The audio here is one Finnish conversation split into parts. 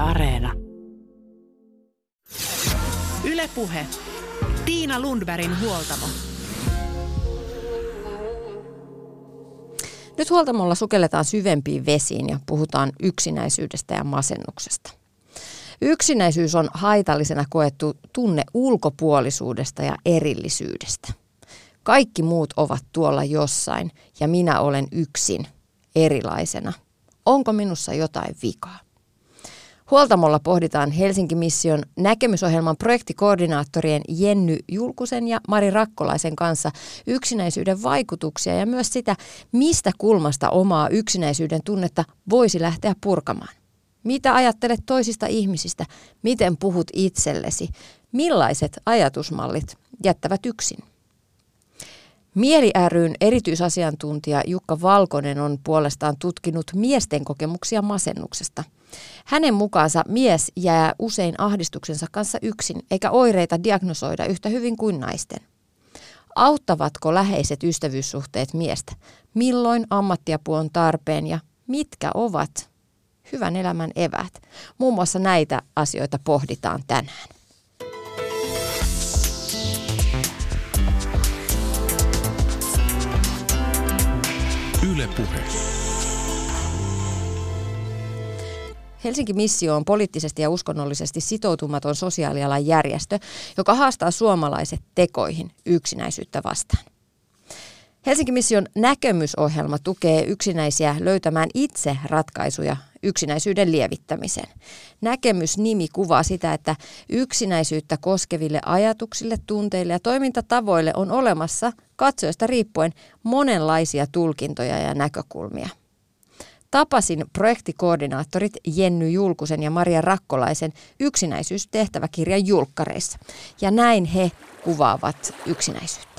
Areena. Yle Puhe. Tiina Lundbergin huoltamo. Nyt huoltamolla sukelletaan syvempiin vesiin ja puhutaan yksinäisyydestä ja masennuksesta. Yksinäisyys on haitallisena koettu tunne ulkopuolisuudesta ja erillisyydestä. Kaikki muut ovat tuolla jossain ja minä olen yksin, erilaisena. Onko minussa jotain vikaa? Huoltamolla pohditaan Helsinki-mission näkemysohjelman projektikoordinaattorien Jenny Julkusen ja Mari Rakkolaisen kanssa yksinäisyyden vaikutuksia ja myös sitä, mistä kulmasta omaa yksinäisyyden tunnetta voisi lähteä purkamaan. Mitä ajattelet toisista ihmisistä? Miten puhut itsellesi? Millaiset ajatusmallit jättävät yksin? Mieli ry:n erityisasiantuntija Jukka Valkonen on puolestaan tutkinut miesten kokemuksia masennuksesta. Hänen mukaansa mies jää usein ahdistuksensa kanssa yksin, eikä oireita diagnosoida yhtä hyvin kuin naisten. Auttavatko läheiset ystävyyssuhteet miestä? Milloin ammattiapu on tarpeen ja mitkä ovat hyvän elämän eväät? Muun muassa näitä asioita pohditaan tänään. Yle Puhe. Helsinki-missio on poliittisesti ja uskonnollisesti sitoutumaton sosiaalialan järjestö, joka haastaa suomalaiset tekoihin yksinäisyyttä vastaan. Helsinki-mission näkemysohjelma tukee yksinäisiä löytämään itse ratkaisuja yksinäisyyden lievittämiseen. Näkemysnimi kuvaa sitä, että yksinäisyyttä koskeville ajatuksille, tunteille ja toimintatavoille on olemassa katsojasta riippuen monenlaisia tulkintoja ja näkökulmia. Tapasin projektikoordinaattorit Jenny Julkusen ja Maria Rakkolaisen yksinäisyystehtäväkirjan julkkareissa. Ja näin he kuvaavat yksinäisyyttä.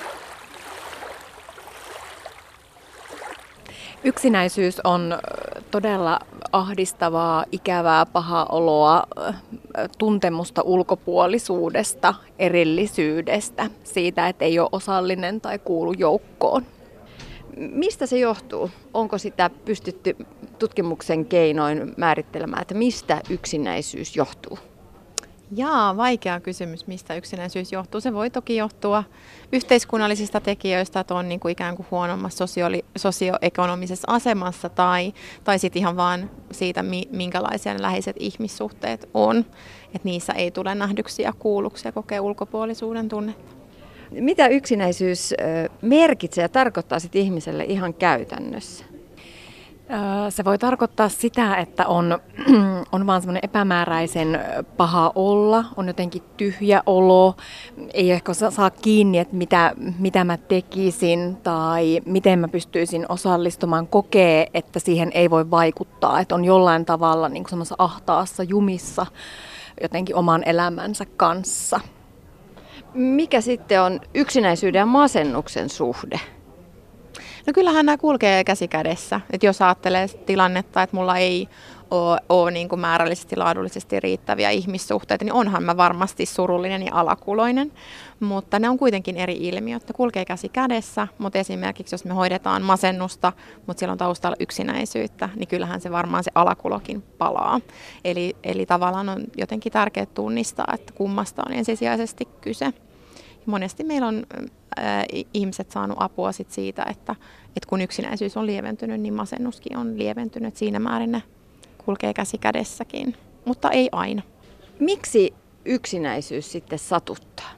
Yksinäisyys on todella ahdistavaa, ikävää, pahaa oloa, tuntemusta ulkopuolisuudesta, erillisyydestä, siitä, että ei ole osallinen tai kuulu joukkoon. Mistä se johtuu? Onko sitä pystytty tutkimuksen keinoin määrittelemään, että mistä yksinäisyys johtuu? Vaikea kysymys, mistä yksinäisyys johtuu. Se voi toki johtua yhteiskunnallisista tekijöistä, että on niin kuin ikään kuin huonommassa sosioekonomisessa asemassa tai sitten ihan vaan siitä, minkälaisia ne läheiset ihmissuhteet on. Että niissä ei tule nähdyksi ja kuulluksi ja kokee ulkopuolisuuden tunnetta. Mitä yksinäisyys merkitsee ja tarkoittaa sit ihmiselle ihan käytännössä? Se voi tarkoittaa sitä, että on vaan semmoinen epämääräisen paha olla, on jotenkin tyhjä olo, ei ehkä saa kiinni, että mitä mä tekisin tai miten mä pystyisin osallistumaan, kokee, että siihen ei voi vaikuttaa, että on jollain tavalla niin kuin semmoisessa ahtaassa jumissa jotenkin oman elämänsä kanssa. Mikä sitten on yksinäisyyden ja masennuksen suhde? No kyllähän nämä kulkee käsi kädessä. Et jos ajattelee tilannetta, että mulla ei ole niin kuin määrällisesti laadullisesti riittäviä ihmissuhteita, niin onhan mä varmasti surullinen ja alakuloinen. Mutta ne on kuitenkin eri ilmiöt. Ne kulkee käsi kädessä, mutta esimerkiksi jos me hoidetaan masennusta, mutta siellä on taustalla yksinäisyyttä, niin kyllähän se varmaan se alakulokin palaa. Eli tavallaan on jotenkin tärkeää tunnistaa, että kummasta on ensisijaisesti kyse. Monesti meillä on ihmiset saanut apua siitä, että kun yksinäisyys on lieventynyt, niin masennuskin on lieventynyt. Siinä määrin ne kulkee käsi kädessäkin, mutta ei aina. Miksi yksinäisyys sitten satuttaa?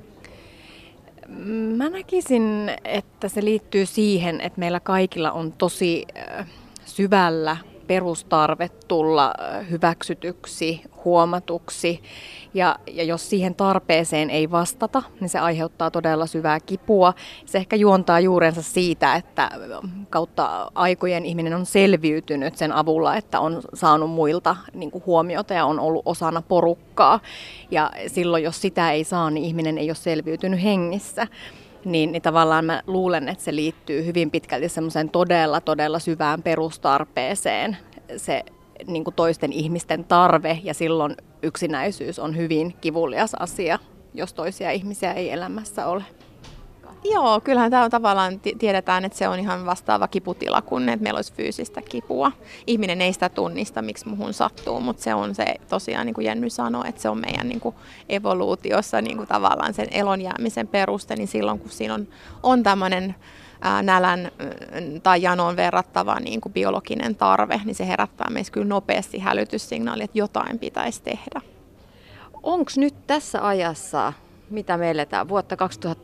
Mä näkisin, että se liittyy siihen, että meillä kaikilla on tosi syvällä perustarve tulla hyväksytyksi, huomatuksi. Ja jos siihen tarpeeseen ei vastata, niin se aiheuttaa todella syvää kipua. Se ehkä juontaa juurensa siitä, että kautta aikojen ihminen on selviytynyt sen avulla, että on saanut muilta niin kuin huomiota ja on ollut osana porukkaa. Ja silloin, jos sitä ei saa, niin ihminen ei ole selviytynyt hengissä. Niin tavallaan mä luulen, että se liittyy hyvin pitkälti semmoiseen todella syvään perustarpeeseen, se niin kuin toisten ihmisten tarve, ja silloin yksinäisyys on hyvin kivulias asia, jos toisia ihmisiä ei elämässä ole. Joo, kyllähän tämä on tavallaan, tiedetään, että se on ihan vastaava kiputila kuin että meillä olisi fyysistä kipua. Ihminen ei sitä tunnista, miksi muhun sattuu, mutta se on se tosiaan, niin kuin Jenny sanoi, että se on meidän niin kuin evoluutiossa niin kuin tavallaan sen elonjäämisen peruste, niin silloin kun siinä on tämmöinen nälän tai janoon verrattava niin kuin biologinen tarve, niin se herättää meissä kyllä nopeasti hälytyssignaali, että jotain pitäisi tehdä. Onko nyt tässä ajassa, mitä me eletään, vuotta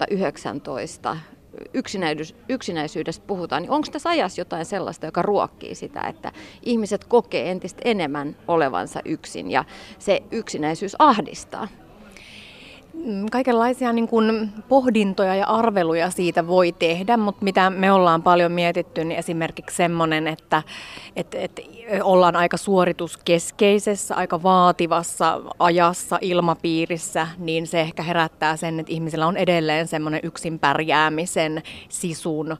2019, yksinäisyydestä puhutaan, niin onko tässä ajassa jotain sellaista, joka ruokkii sitä, että ihmiset kokee entistä enemmän olevansa yksin ja se yksinäisyys ahdistaa? Kaikenlaisia niin kuin pohdintoja ja arveluja siitä voi tehdä, mutta mitä me ollaan paljon mietitty, niin esimerkiksi semmoinen, että ollaan aika suorituskeskeisessä, aika vaativassa ajassa, ilmapiirissä, niin se ehkä herättää sen, että ihmisillä on edelleen semmoinen yksin pärjäämisen sisun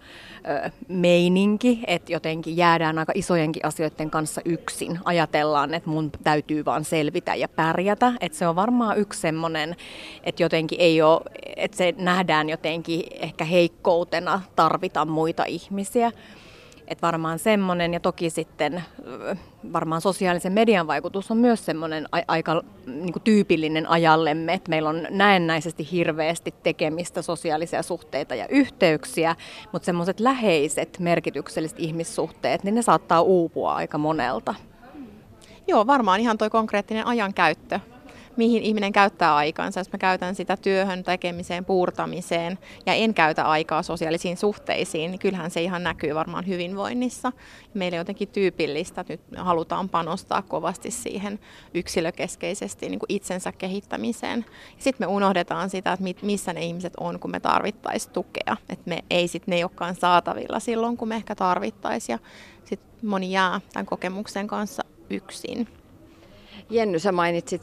meininki, että jotenkin jäädään aika isojenkin asioiden kanssa yksin. Ajatellaan, että mun täytyy vaan selvitä ja pärjätä, että se on varmaan yksi semmoinen, että jotenkin ei ole, että se nähdään jotenkin ehkä heikkoutena tarvita muita ihmisiä. Että varmaan semmoinen, ja toki sitten varmaan sosiaalisen median vaikutus on myös semmoinen aika niin kuin tyypillinen ajallemme, että meillä on näennäisesti hirveästi tekemistä, sosiaalisia suhteita ja yhteyksiä, mutta semmoiset läheiset, merkitykselliset ihmissuhteet, niin ne saattaa uupua aika monelta. Joo, varmaan ihan toi konkreettinen ajankäyttö. Mihin ihminen käyttää aikansa, jos mä käytän sitä työhön, tekemiseen, puurtamiseen ja en käytä aikaa sosiaalisiin suhteisiin, niin kyllähän se ihan näkyy varmaan hyvinvoinnissa. Meillä on jotenkin tyypillistä, että nyt halutaan panostaa kovasti siihen yksilökeskeisesti niin kuin itsensä kehittämiseen. Sitten me unohdetaan sitä, että missä ne ihmiset on, kun me tarvittaisiin tukea. Että ne ei olekaan saatavilla silloin, kun me ehkä tarvittaisiin. Ja sitten moni jää tämän kokemuksen kanssa yksin. Jenny, sä mainitsit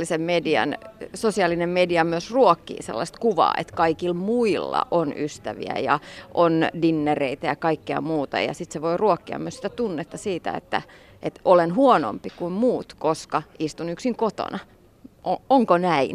sosiaalinen media myös ruokkii sellaista kuvaa, että kaikilla muilla on ystäviä ja on dinnereitä ja kaikkea muuta. Ja sitten se voi ruokkia myös sitä tunnetta siitä, että olen huonompi kuin muut, koska istun yksin kotona. Onko näin?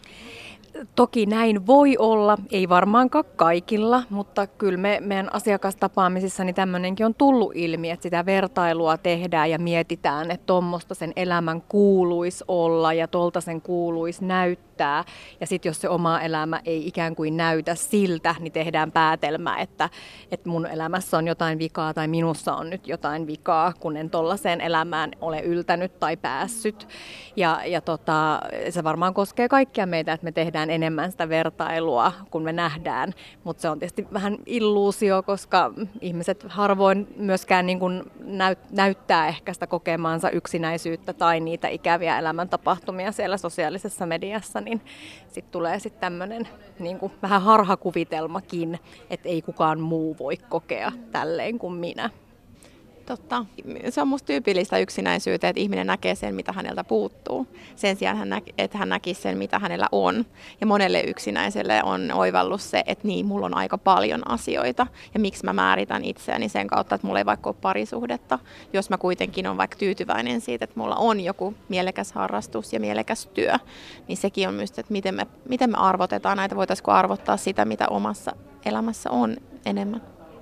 Toki näin voi olla, ei varmaankaan kaikilla, mutta kyllä meidän asiakastapaamisissa niin tämmöinenkin on tullut ilmi, että sitä vertailua tehdään ja mietitään, että tuommoista sen elämän kuuluisi olla ja tuolta sen kuuluisi näyttää. Ja sitten jos se oma elämä ei ikään kuin näytä siltä, niin tehdään päätelmä, että mun elämässä on jotain vikaa tai minussa on nyt jotain vikaa, kun en tollaiseen elämään ole yltänyt tai päässyt. Ja se varmaan koskee kaikkia meitä, että me tehdään enemmän sitä vertailua, kun me nähdään, mutta se on tietysti vähän illuusio, koska ihmiset harvoin myöskään niin kuin näyttää ehkä sitä kokemaansa yksinäisyyttä tai niitä ikäviä elämäntapahtumia siellä sosiaalisessa mediassa, niin sitten tulee sitten tämmöinen niin kuin vähän harhakuvitelmakin, että ei kukaan muu voi kokea tälleen kuin minä. Totta. Se on musta tyypillistä yksinäisyyteen, että ihminen näkee sen, mitä häneltä puuttuu. Sen sijaan, että hän näkisi sen, mitä hänellä on. Ja monelle yksinäiselle on oivallus se, että niin, mulla on aika paljon asioita. Ja miksi mä määritän itseäni sen kautta, että mulla ei vaikka ole parisuhdetta. Jos mä kuitenkin olen vaikka tyytyväinen siitä, että mulla on joku mielekäs harrastus ja mielekäs työ, niin sekin on myös, että miten me arvotetaan näitä. Voitaisiinko arvottaa sitä, mitä omassa elämässä on enemmän.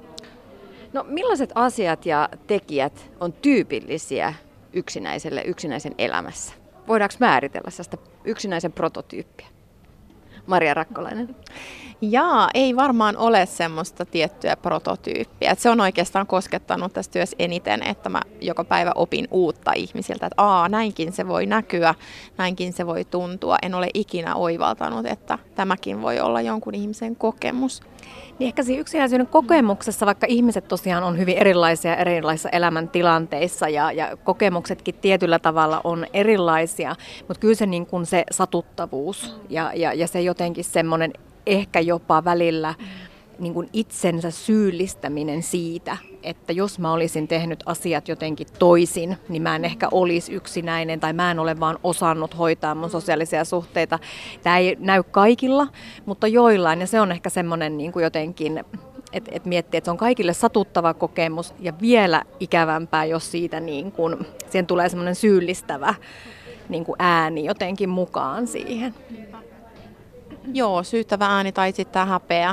No millaiset asiat ja tekijät on tyypillisiä yksinäisen elämässä? Voidaanko määritellä sellaista yksinäisen prototyyppiä? Maria Rakkolainen. Ei varmaan ole semmoista tiettyä prototyyppiä. Se on oikeastaan koskettanut tässä työssä eniten, että mä joka päivä opin uutta ihmisiltä, että näinkin se voi näkyä, näinkin se voi tuntua. En ole ikinä oivaltanut, että tämäkin voi olla jonkun ihmisen kokemus. Niin ehkä siinä yksinäisyyden kokemuksessa, vaikka ihmiset tosiaan on hyvin erilaisia erilaisissa elämäntilanteissa ja kokemuksetkin tietyllä tavalla on erilaisia, mutta kyllä se, niin kuin se satuttavuus ja se jotenkin semmoinen ehkä jopa välillä niin kuin itsensä syyllistäminen siitä, että jos mä olisin tehnyt asiat jotenkin toisin, niin mä en ehkä olisi yksinäinen tai mä en ole vaan osannut hoitaa mun sosiaalisia suhteita. Tämä ei näy kaikilla, mutta joillain, ja se on ehkä semmoinen niin kuin jotenkin, että miettii, että se on kaikille satuttava kokemus ja vielä ikävämpää, jos siitä niin kuin, siihen tulee semmoinen syyllistävä niin kuin ääni jotenkin mukaan siihen. Joo, syyttävä ääni tai sitten häpeä.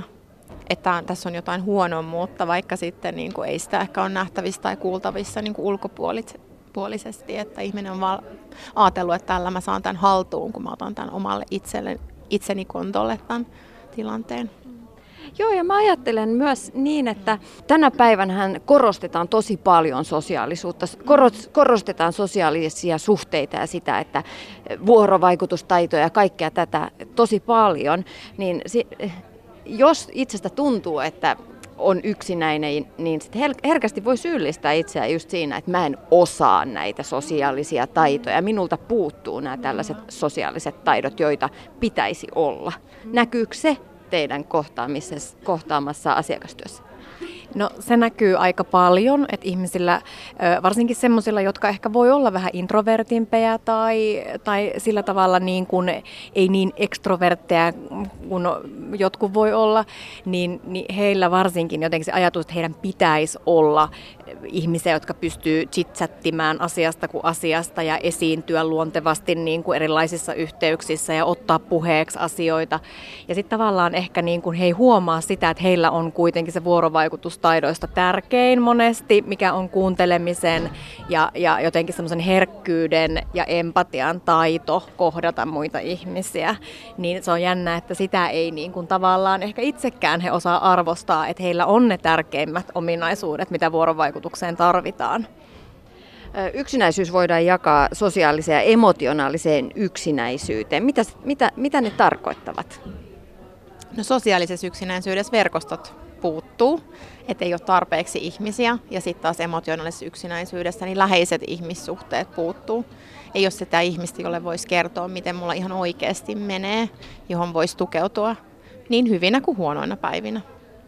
että tässä on jotain huonommuutta, vaikka sitten niin kuin ei sitä ehkä ole nähtävissä tai kuultavissa niin kuin ulkopuolisesti, että ihminen on ajatellut, että tällä mä saan tämän haltuun, kun mä otan tämän omalle itseni kontolle tämän tilanteen. Joo, ja mä ajattelen myös niin, että tänä päivänähän korostetaan tosi paljon sosiaalisuutta, korostetaan sosiaalisia suhteita ja sitä, että vuorovaikutustaitoja ja kaikkea tätä tosi paljon, niin jos itsestä tuntuu, että on yksinäinen, niin sit herkästi voi syyllistää itseään just siinä, että mä en osaa näitä sosiaalisia taitoja. Minulta puuttuu nämä tällaiset sosiaaliset taidot, joita pitäisi olla. Näkyykö se teidän kohtaamassa asiakastyössä? No se näkyy aika paljon, että ihmisillä, varsinkin semmoisilla, jotka ehkä voi olla vähän introvertimpejä tai sillä tavalla niin kuin ei niin ekstrovertteja kuin jotkut voi olla, niin heillä varsinkin jotenkin se ajatus, että heidän pitäisi olla ihmisiä, jotka pystyy chitchattimään asiasta kuin asiasta ja esiintyä luontevasti niin kuin erilaisissa yhteyksissä ja ottaa puheeksi asioita. Ja sitten tavallaan ehkä niin kuin he ei huomaa sitä, että heillä on kuitenkin se vuorovaikutustaidoista tärkein monesti, mikä on kuuntelemisen ja jotenkin semmoisen herkkyyden ja empatian taito kohdata muita ihmisiä. Niin se on jännä, että sitä ei niin kuin tavallaan ehkä itsekään he osaa arvostaa, että heillä on ne tärkeimmät ominaisuudet, mitä vuorovaikutukseen tarvitaan. Yksinäisyys voidaan jakaa sosiaaliseen ja emotionaaliseen yksinäisyyteen. Mitä ne tarkoittavat? No sosiaalisessa yksinäisyydessä verkostot puuttuu, ettei ole tarpeeksi ihmisiä, ja sitten taas emotionaalisessa yksinäisyydessä niin läheiset ihmissuhteet puuttuu. Ei ole sitä ihmistä, jolle voisi kertoa, miten mulla ihan oikeasti menee, johon voisi tukeutua niin hyvinä kuin huonoina päivinä.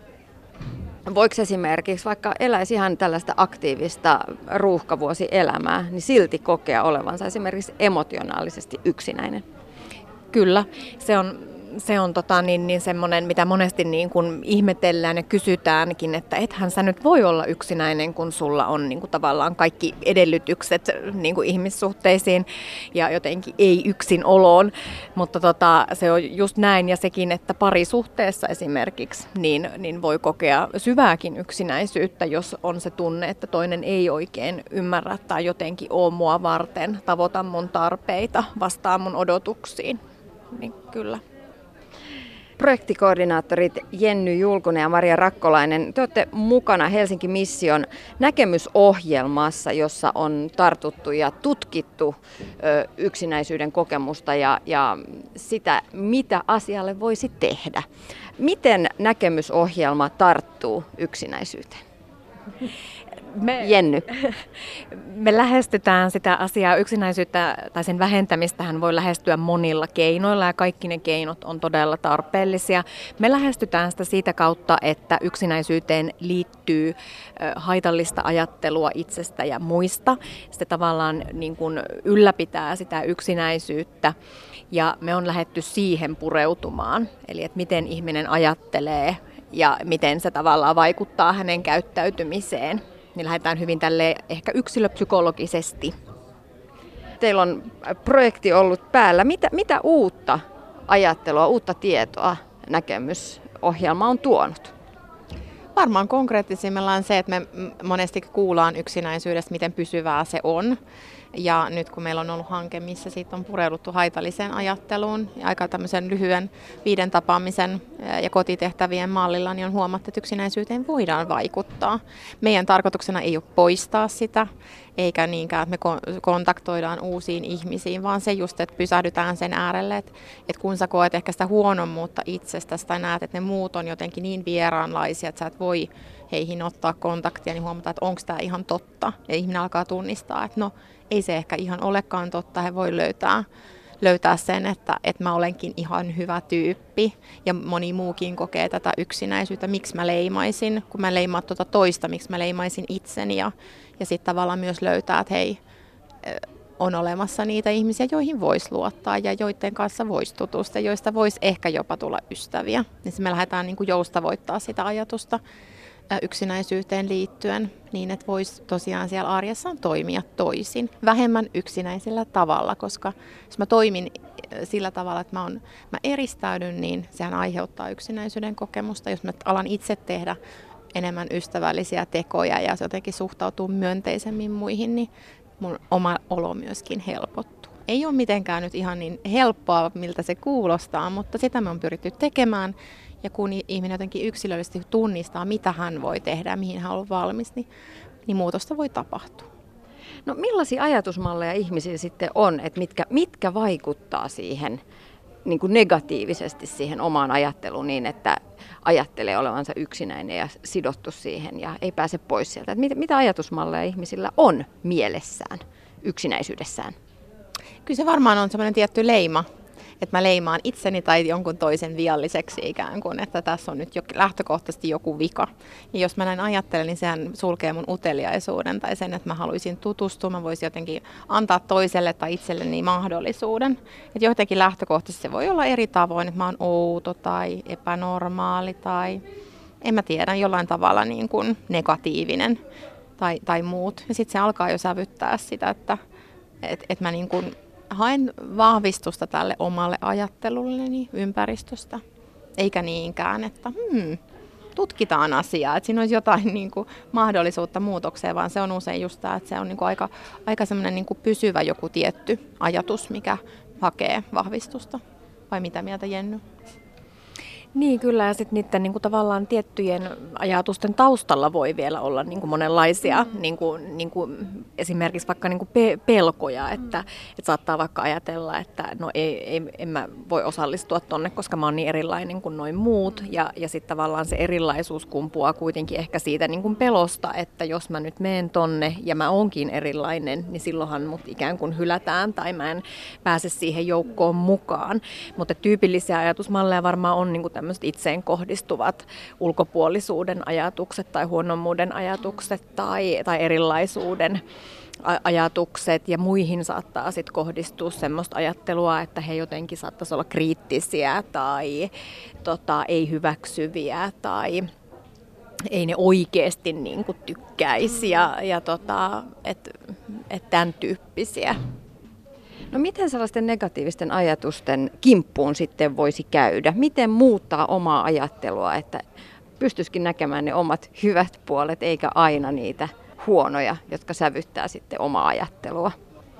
Voiko esimerkiksi, vaikka eläisi ihan tällaista aktiivista ruuhkavuosielämää, niin silti kokea olevansa esimerkiksi emotionaalisesti yksinäinen? Kyllä, se on semmoinen, mitä monesti niin kuin ihmetellään ja kysytäänkin, että ethän sä nyt voi olla yksinäinen, kun sulla on niin kuin tavallaan kaikki edellytykset niin kuin ihmissuhteisiin ja jotenkin ei yksin oloon. Mutta se on just näin, ja sekin, että parisuhteessa esimerkiksi niin voi kokea syvääkin yksinäisyyttä, jos on se tunne, että toinen ei oikein ymmärrä tai jotenkin ole mua varten, tavoita mun tarpeita, vastaa mun odotuksiin. Niin kyllä. Projektikoordinaattorit Jenny Julkunen ja Maria Rakkolainen, te olette mukana Helsinki Mission näkemysohjelmassa, jossa on tartuttu ja tutkittu yksinäisyyden kokemusta ja sitä, mitä asialle voisi tehdä. Miten näkemysohjelma tarttuu yksinäisyyteen? Jenny. Me lähestytään sitä asiaa, yksinäisyyttä tai sen vähentämistähän voi lähestyä monilla keinoilla, ja kaikki ne keinot on todella tarpeellisia. Me lähestytään sitä siitä kautta, että yksinäisyyteen liittyy haitallista ajattelua itsestä ja muista. Se tavallaan niin kuin ylläpitää sitä yksinäisyyttä, ja me on lähdetty siihen pureutumaan, eli että miten ihminen ajattelee ja miten se tavallaan vaikuttaa hänen käyttäytymiseen. Niin lähdetään hyvin tälleen ehkä yksilöpsykologisesti. Teillä on projekti ollut päällä. Mitä uutta ajattelua, uutta tietoa näkemysohjelma on tuonut? Varmaan konkreettisimmillaan se, että me monesti kuullaan yksinäisyydestä, miten pysyvää se on. Ja nyt kun meillä on ollut hanke, missä siitä on pureuduttu haitalliseen ajatteluun ja aika tämmöisen lyhyen 5 tapaamisen ja kotitehtävien mallilla, niin on huomattu, että yksinäisyyteen voidaan vaikuttaa. Meidän tarkoituksena ei ole poistaa sitä, eikä niinkään, että me kontaktoidaan uusiin ihmisiin, vaan se just, että pysähdytään sen äärelle, että kun sä koet ehkä sitä huonommuutta itsestäsi tai näet, että ne muut on jotenkin niin vieraanlaisia, että sä et voi heihin ottaa kontaktia, niin huomataan, että onko tämä ihan totta. Ja ihminen alkaa tunnistaa, että no ei se ehkä ihan olekaan totta, he voi löytää sen, että mä olenkin ihan hyvä tyyppi. Ja moni muukin kokee tätä yksinäisyyttä, miksi mä leimaisin, kun mä leimaan tuota toista, miksi mä leimaisin itseni. Ja sitten tavallaan myös löytää, että hei, on olemassa niitä ihmisiä, joihin voisi luottaa ja joiden kanssa voisi tutustua, joista voisi ehkä jopa tulla ystäviä. Niin me lähdetään niin kuin joustavoittaa sitä ajatusta yksinäisyyteen liittyen, niin että voisi tosiaan siellä arjessaan toimia toisin, vähemmän yksinäisellä tavalla, koska jos mä toimin sillä tavalla, että mä eristäydyn, niin sehän aiheuttaa yksinäisyyden kokemusta. Jos mä alan itse tehdä enemmän ystävällisiä tekoja ja jotenkin suhtautuu myönteisemmin muihin, niin mun oma olo myöskin helpottuu. Ei ole mitenkään nyt ihan niin helppoa, miltä se kuulostaa, mutta sitä me on pyritty tekemään. Ja kun ihminen jotenkin yksilöllisesti tunnistaa, mitä hän voi tehdä ja mihin hän on valmis, niin muutosta voi tapahtua. No millaisia ajatusmalleja ihmisillä sitten on, että mitkä vaikuttaa siihen niin kuin negatiivisesti siihen omaan ajatteluun niin, että ajattelee olevansa yksinäinen ja sidottu siihen ja ei pääse pois sieltä. Että mitä ajatusmalleja ihmisillä on mielessään yksinäisyydessään? Kyllä se varmaan on semmoinen tietty leima, että mä leimaan itseni tai jonkun toisen vialliseksi ikään kuin, että tässä on nyt lähtökohtaisesti joku vika. Ja jos mä näin ajattelen, niin sehän sulkee mun uteliaisuuden tai sen, että mä haluaisin tutustua, mä voisin jotenkin antaa toiselle tai itselleni mahdollisuuden. Että jotenkin lähtökohtaisesti se voi olla eri tavoin, että mä oon outo tai epänormaali tai en mä tiedä, jollain tavalla niin kuin negatiivinen tai muut. Ja sitten se alkaa jo sävyttää sitä, että mä niin kuin haen vahvistusta tälle omalle ajattelulleni ympäristöstä, eikä niinkään, että tutkitaan asiaa, että siinä olisi jotain niin kuin mahdollisuutta muutokseen, vaan se on usein just tämä, että se on niin kuin aika semmoinen niin kuin pysyvä joku tietty ajatus, mikä hakee vahvistusta. Vai mitä mieltä, Jenny? Niin kyllä, ja sitten niiden niin kuin tavallaan tiettyjen ajatusten taustalla voi vielä olla niin kuin monenlaisia, niin kuin esimerkiksi vaikka niin kuin pelkoja, että saattaa vaikka ajatella, että no en mä voi osallistua tonne, koska mä oon niin erilainen kuin noin muut, ja sitten tavallaan se erilaisuus kumpuaa kuitenkin ehkä siitä niin kuin pelosta, että jos mä nyt menen tonne ja mä oonkin erilainen, niin silloinhan mut ikään kuin hylätään tai mä en pääse siihen joukkoon mukaan, mutta tyypillisiä ajatusmalleja varmaan on niin kuin tämmöiset itseen kohdistuvat ulkopuolisuuden ajatukset tai huonommuuden ajatukset tai erilaisuuden ajatukset ja muihin saattaa sitten kohdistua semmoista ajattelua, että he jotenkin saattaisi olla kriittisiä tai ei hyväksyviä tai ei ne oikeasti niin kuin tykkäisi ja tämän tyyppisiä. No miten sellaisten negatiivisten ajatusten kimppuun sitten voisi käydä? Miten muuttaa omaa ajattelua, että pystyisikin näkemään ne omat hyvät puolet eikä aina niitä huonoja, jotka sävyttää sitten omaa ajattelua?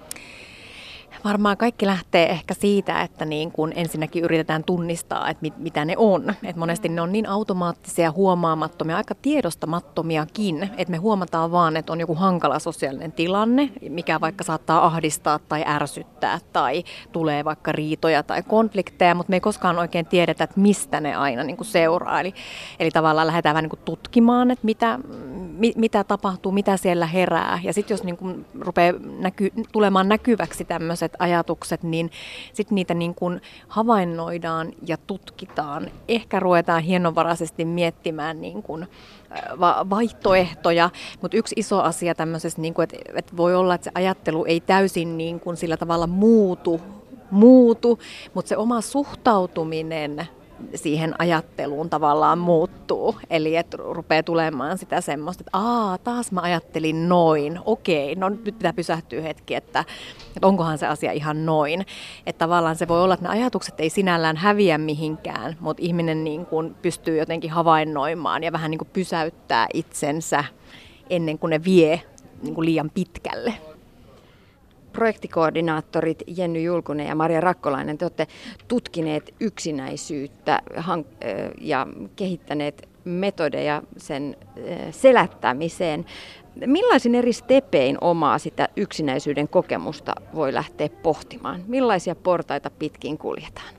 Varmaan kaikki lähtee ehkä siitä, että niin kun ensinnäkin yritetään tunnistaa, että mitä ne on. Et monesti ne on niin automaattisia, huomaamattomia, aika tiedostamattomiakin, että me huomataan vaan, että on joku hankala sosiaalinen tilanne, mikä vaikka saattaa ahdistaa tai ärsyttää tai tulee vaikka riitoja tai konflikteja, mutta me ei koskaan oikein tiedetä, että mistä ne aina niin kun seuraa. Eli tavallaan lähdetään vähän niin kun tutkimaan, että mitä tapahtuu, mitä siellä herää. Ja sitten jos niin kun rupeaa tulemaan näkyväksi tämmöiset ajatukset, niin sitten niitä niin kuin havainnoidaan ja tutkitaan. Ehkä ruvetaan hienovaraisesti miettimään niin kuin vaihtoehtoja, mutta yksi iso asia tämmöisessä, niin kuin, että voi olla, että se ajattelu ei täysin niin kuin sillä tavalla muutu, mutta se oma suhtautuminen siihen ajatteluun tavallaan muuttuu. Eli että rupeaa tulemaan sitä semmoista, että taas mä ajattelin noin, okei, no nyt pitää pysähtyä hetki, että onkohan se asia ihan noin. Että tavallaan se voi olla, että ne ajatukset ei sinällään häviä mihinkään, mutta ihminen niin kuin pystyy jotenkin havainnoimaan ja vähän niin kuin pysäyttää itsensä ennen kuin ne vie niin kuin liian pitkälle. Projektikoordinaattorit Jenny Julkunen ja Maria Rakkolainen, te olette tutkineet yksinäisyyttä ja kehittäneet metodeja sen selättämiseen. Millaisin eri stepein omaa sitä yksinäisyyden kokemusta voi lähteä pohtimaan? Millaisia portaita pitkin kuljetaan?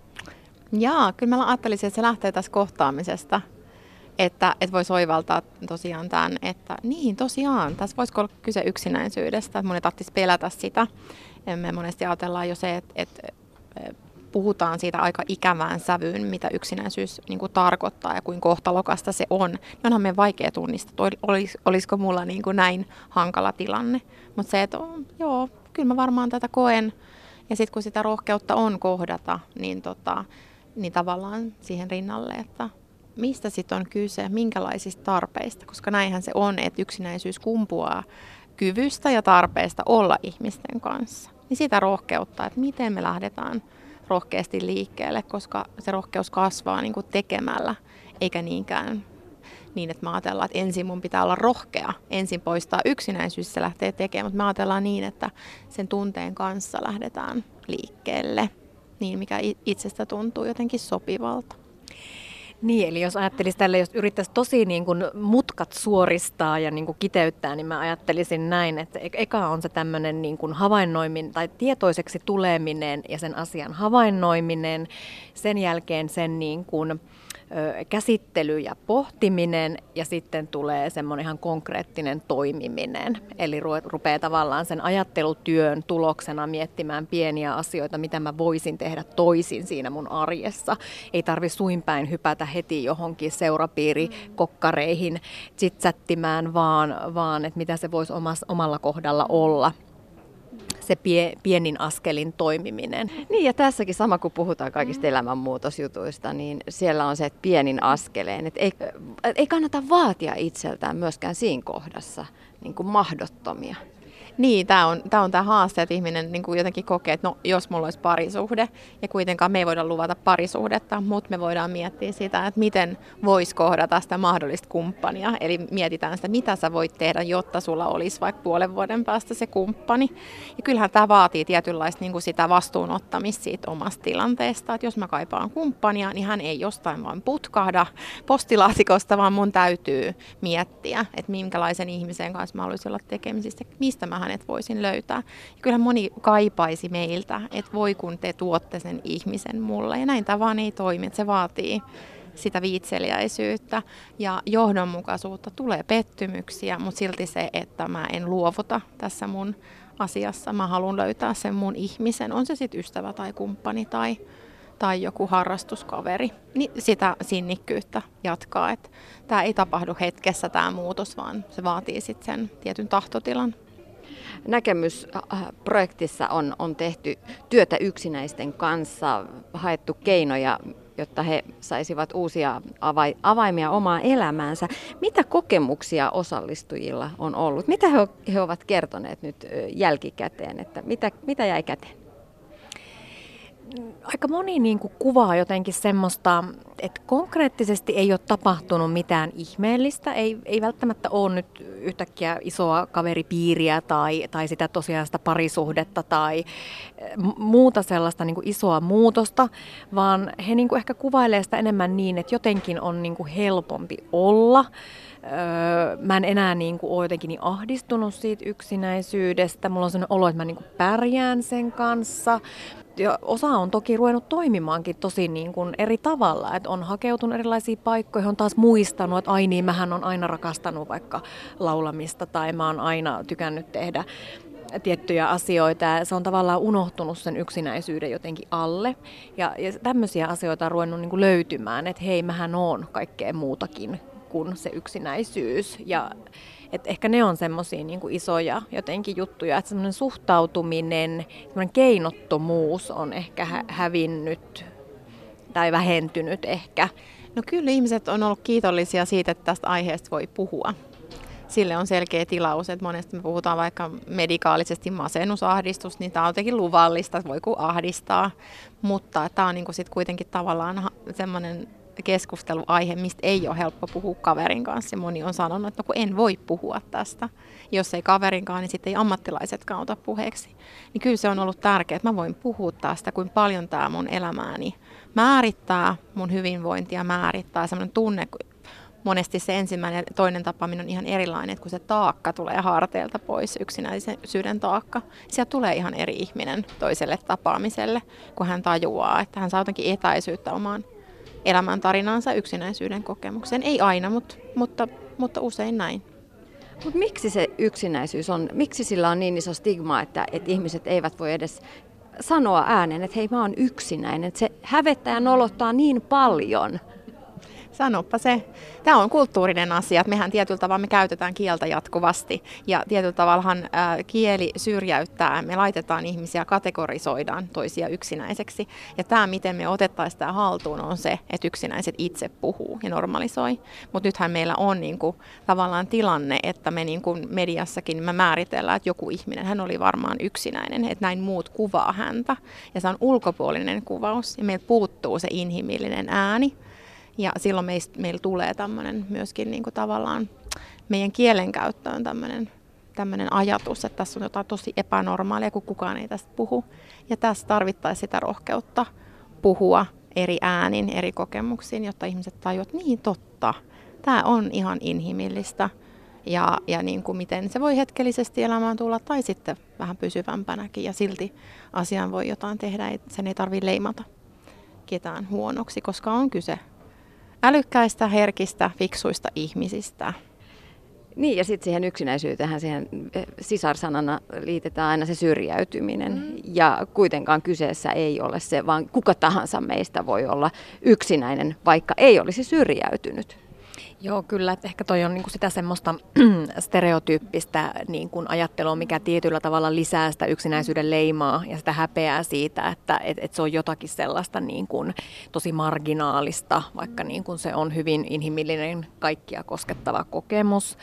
Kyllä mä ajattelisin, että se lähtee tässä kohtaamisesta. Että voisi oivaltaa tosiaan tämän, että niin tosiaan, tässä voisi olla kyse yksinäisyydestä, että monet tarvitsisi pelätä sitä. Me monesti ajatellaan jo se, että puhutaan siitä aika ikävään sävyyn, mitä yksinäisyys niin kuin tarkoittaa ja kuinka kohtalokasta se on. Niin onhan meidän vaikea tunnistaa, että olisiko mulla niin kuin näin hankala tilanne. Mutta se, että kyllä mä varmaan tätä koen. Ja sitten kun sitä rohkeutta on kohdata, niin tavallaan siihen rinnalle, että mistä sitten on kyse, minkälaisista tarpeista, koska näinhän se on, että yksinäisyys kumpuaa kyvystä ja tarpeesta olla ihmisten kanssa. Niin sitä rohkeutta, että miten me lähdetään rohkeasti liikkeelle, koska se rohkeus kasvaa niin kuin tekemällä, eikä niinkään niin, että me ajatellaan, että ensin mun pitää olla rohkea, ensin poistaa yksinäisyys, se lähtee tekemään, mutta me ajatellaan niin, että sen tunteen kanssa lähdetään liikkeelle, niin mikä itsestä tuntuu jotenkin sopivalta. Niin, eli jos ajattelisi tälle, jos yrittäisi tosi niin kuin mutkat suoristaa ja niin kuin kiteyttää, niin mä ajattelisin näin, että eka on se tämmöinen niin kuin havainnoiminen tai tietoiseksi tuleminen ja sen asian havainnoiminen, sen jälkeen sen niin kuin käsittely ja pohtiminen ja sitten tulee semmoinen ihan konkreettinen toimiminen. Eli rupeaa tavallaan sen ajattelutyön tuloksena miettimään pieniä asioita, mitä mä voisin tehdä toisin siinä mun arjessa. Ei tarvi suinpäin hypätä heti johonkin seurapiirikokkareihin chitchattimään, vaan että mitä se voisi omalla kohdalla olla. Se pienin askelin toimiminen. Niin ja tässäkin sama kun puhutaan kaikista elämänmuutosjutuista, niin siellä on se, että pienin askeleen. Että ei kannata vaatia itseltään myöskään siinä kohdassa niin kuin mahdottomia. Niin, tämä on tämä haaste, että ihminen niin kuin jotenkin kokee, että no, jos mulla olisi parisuhde, ja kuitenkaan me ei voida luvata parisuhdetta, mutta me voidaan miettiä sitä, että miten voisi kohdata sitä mahdollista kumppania. Eli mietitään sitä, mitä sä voit tehdä, jotta sulla olisi vaikka puolen vuoden päästä se kumppani. Ja kyllähän tämä vaatii tietynlaista niin kuin sitä vastuunottamista siitä omasta tilanteesta, että jos mä kaipaan kumppania, niin hän ei jostain vaan putkahda postilaatikosta, vaan mun täytyy miettiä, että minkälaisen ihmisen kanssa mä haluaisin olla tekemisissä, mistä mä hänet voisin löytää. Ja kyllähän moni kaipaisi meiltä, että voi kun te tuotte sen ihmisen mulle. Ja näin tämä vaan ei toimi, että se vaatii sitä viitseliäisyyttä ja johdonmukaisuutta. Tulee pettymyksiä, mutta silti se, että mä en luovuta tässä mun asiassa. Mä haluan löytää sen mun ihmisen, on se sitten ystävä tai kumppani tai joku harrastuskaveri, niin sitä sinnikkyyttä jatkaa. Tämä ei tapahdu hetkessä tämä muutos, vaan se vaatii sitten sen tietyn tahtotilan. Näkemysprojektissa on tehty työtä yksinäisten kanssa, haettu keinoja, jotta he saisivat uusia avaimia omaan elämäänsä. Mitä kokemuksia osallistujilla on ollut? Mitä he ovat kertoneet nyt jälkikäteen? Että mitä jäi käteen? Aika moni niin kuin kuvaa jotenkin semmoista, että konkreettisesti ei ole tapahtunut mitään ihmeellistä. Ei välttämättä ole nyt yhtäkkiä isoa kaveripiiriä tai sitä tosiaan sitä parisuhdetta tai muuta sellaista niin kuin isoa muutosta, vaan he niin kuin ehkä kuvailee sitä enemmän niin, että jotenkin on niin kuin helpompi olla. Mä en enää niin kuin ole jotenkin niin ahdistunut siitä yksinäisyydestä. Mulla on sellainen olo, että mä niin kuin pärjään sen kanssa. Ja osa on toki ruvennut toimimaankin tosi niin kuin eri tavalla, että on hakeutunut erilaisiin paikkoihin, on taas muistanut, että ai niin, mähän on aina rakastanut vaikka laulamista tai mä oon aina tykännyt tehdä tiettyjä asioita ja se on tavallaan unohtunut sen yksinäisyyden jotenkin alle. Ja tämmöisiä asioita on ruvennut niin kuin löytymään, että hei, mähän oon kaikkea muutakin kuin se yksinäisyys. Ja että ehkä ne on semmoisia niin kuin isoja jotenkin juttuja, että semmoinen suhtautuminen, semmoinen keinottomuus on ehkä hävinnyt tai vähentynyt ehkä. No kyllä ihmiset on ollut kiitollisia siitä, että tästä aiheesta voi puhua. Sille on selkeä tilaus, että monesti me puhutaan vaikka medikaalisesti masennusahdistus, niin tämä on jotenkin luvallista, että voi kun ahdistaa, mutta tämä on niin kuin sit kuitenkin tavallaan semmoinen keskusteluaihe, mistä ei ole helppo puhua kaverin kanssa. Ja moni on sanonut, että no, kun en voi puhua tästä. Jos ei kaverinkaan, niin sitten ei ammattilaisetkaan ota puheeksi. Niin kyllä se on ollut tärkeää, että mä voin puhua tästä, kuinka paljon tämä mun elämääni määrittää, mun hyvinvointia määrittää. Sellainen tunne, monesti se ensimmäinen ja toinen tapaaminen on ihan erilainen, että kun se taakka tulee harteilta pois, yksinäisyyden taakka, sieltä tulee ihan eri ihminen toiselle tapaamiselle, kun hän tajuaa, että hän saa jotenkin etäisyyttä omaan elämäntarinaansa yksinäisyyden kokemukseen. Ei aina, mutta usein näin. Mutta miksi se yksinäisyys on, miksi sillä on niin iso stigma, että ihmiset eivät voi edes sanoa ääneen, että hei, mä oon yksinäinen, että se hävettää ja nolottaa niin paljon? Sanoppa se. Tämä on kulttuurinen asia. Mehän tietyllä tavalla me käytetään kieltä jatkuvasti ja tietyllä tavallahan kieli syrjäyttää. Me laitetaan ihmisiä, kategorisoidaan toisia yksinäiseksi. Ja tämä, miten me otettaisiin tämä haltuun, on se, että yksinäiset itse puhuu ja normalisoi. Mutta nythän meillä on niinku tavallaan tilanne, että me niinku mediassakin me määritellään, että joku ihminen, hän oli varmaan yksinäinen, että näin muut kuvaa häntä. Ja se on ulkopuolinen kuvaus ja meiltä puuttuu se inhimillinen ääni. Ja silloin meillä tulee tämmöinen myöskin niin kuin tavallaan meidän kielenkäyttöön tämmöinen ajatus, että tässä on jotain tosi epänormaalia, kun kukaan ei tästä puhu. Ja tässä tarvittaisiin sitä rohkeutta puhua eri äänin, eri kokemuksiin, jotta ihmiset tajuavat, että niin totta, tämä on ihan inhimillistä. Ja niin kuin miten se voi hetkellisesti elämään tulla tai sitten vähän pysyvämpänäkin ja silti asiaan voi jotain tehdä, sen ei tarvitse leimata ketään huonoksi, koska on kyse älykkäistä, herkistä, fiksuista ihmisistä. Niin, ja sitten siihen yksinäisyyteen, siihen sisarsanana liitetään aina se syrjäytyminen. Ja kuitenkaan kyseessä ei ole se, vaan kuka tahansa meistä voi olla yksinäinen, vaikka ei olisi syrjäytynyt. Joo, kyllä. Että ehkä toi on niinku sitä semmoista stereotyyppistä niinku ajattelua, mikä tietyllä tavalla lisää sitä yksinäisyyden leimaa ja sitä häpeää siitä, että se on jotakin sellaista niinku tosi marginaalista, vaikka niinku se on hyvin inhimillinen, kaikkia koskettava kokemus.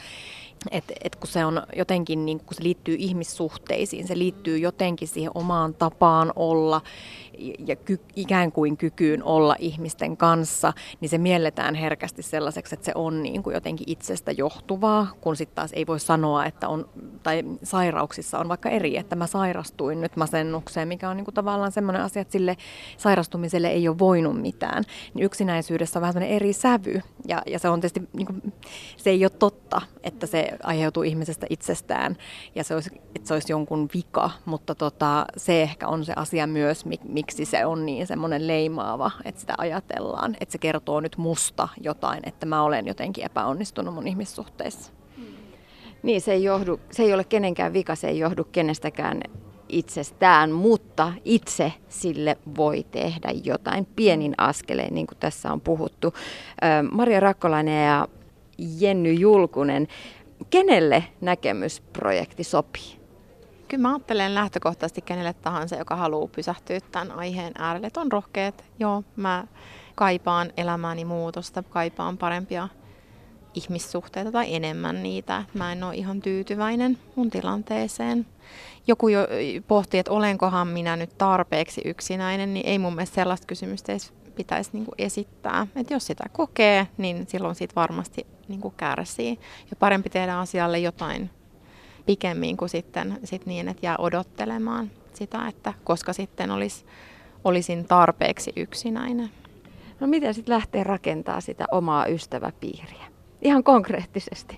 Et kun se on jotenkin, niin kun se liittyy ihmissuhteisiin, se liittyy jotenkin siihen omaan tapaan olla ja ikään kuin kykyyn olla ihmisten kanssa, niin se mielletään herkästi sellaiseksi, että se on niin kuin jotenkin itsestä johtuvaa, kun sitten taas ei voi sanoa, että on, tai sairauksissa on vaikka eri, että mä sairastuin nyt masennukseen, mikä on niin kuin tavallaan semmoinen asia, että sille sairastumiselle ei ole voinut mitään. Niin yksinäisyydessä on vähän semmoinen eri sävy, ja se on tietysti, niin kuin, se ei ole totta, että se aiheutuu ihmisestä itsestään ja että se olisi jonkun vika, mutta se ehkä on se asia myös, miksi se on niin semmoinen leimaava, että sitä ajatellaan, että se kertoo nyt musta jotain, että mä olen jotenkin epäonnistunut mun ihmissuhteissa. Niin, se ei ole kenenkään vika, se ei johdu kenestäkään itsestään, mutta itse sille voi tehdä jotain pienin askeleen, niin kuin tässä on puhuttu. Maria Rakkolainen ja Jenny Julkunen, kenelle näkemysprojekti sopii? Kyllä mä ajattelen lähtökohtaisesti kenelle tahansa, joka haluaa pysähtyä tämän aiheen äärelle, että on rohkeat. Joo, mä kaipaan elämääni muutosta, kaipaan parempia ihmissuhteita tai enemmän niitä. Mä en ole ihan tyytyväinen mun tilanteeseen. Joku jo pohtii, että olenkohan minä nyt tarpeeksi yksinäinen, niin ei mun mielestä sellaista kysymystä edes pitäisi niin kuin esittää. Että jos sitä kokee, niin silloin siitä varmasti niin kuin kärsii. Ja parempi tehdä asialle jotain pikemmin kuin sitten niin, että jää odottelemaan sitä, että koska sitten olisin tarpeeksi yksinäinen. No miten sitten lähtee rakentamaan sitä omaa ystäväpiiriä? Ihan konkreettisesti.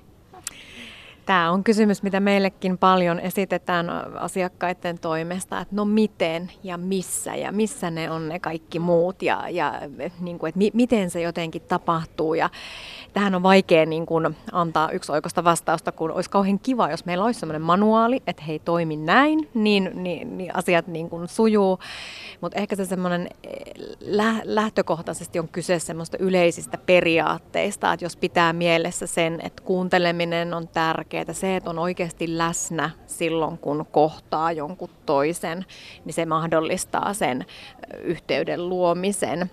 Tämä on kysymys, mitä meillekin paljon esitetään asiakkaiden toimesta, että no miten ja missä ne on ne kaikki muut ja niin kuin, että miten se jotenkin tapahtuu. Ja tähän on vaikea niin kuin antaa yksioikoista vastausta, kun olisi kauhean kiva, jos meillä olisi sellainen manuaali, että hei toimi näin, niin asiat niin kuin sujuu. Mutta ehkä se semmoinen lähtökohtaisesti on kyse semmoista yleisistä periaatteista, että jos pitää mielessä sen, että kuunteleminen on tärkeää, se, että on oikeasti läsnä silloin, kun kohtaa jonkun toisen, niin se mahdollistaa sen yhteyden luomisen.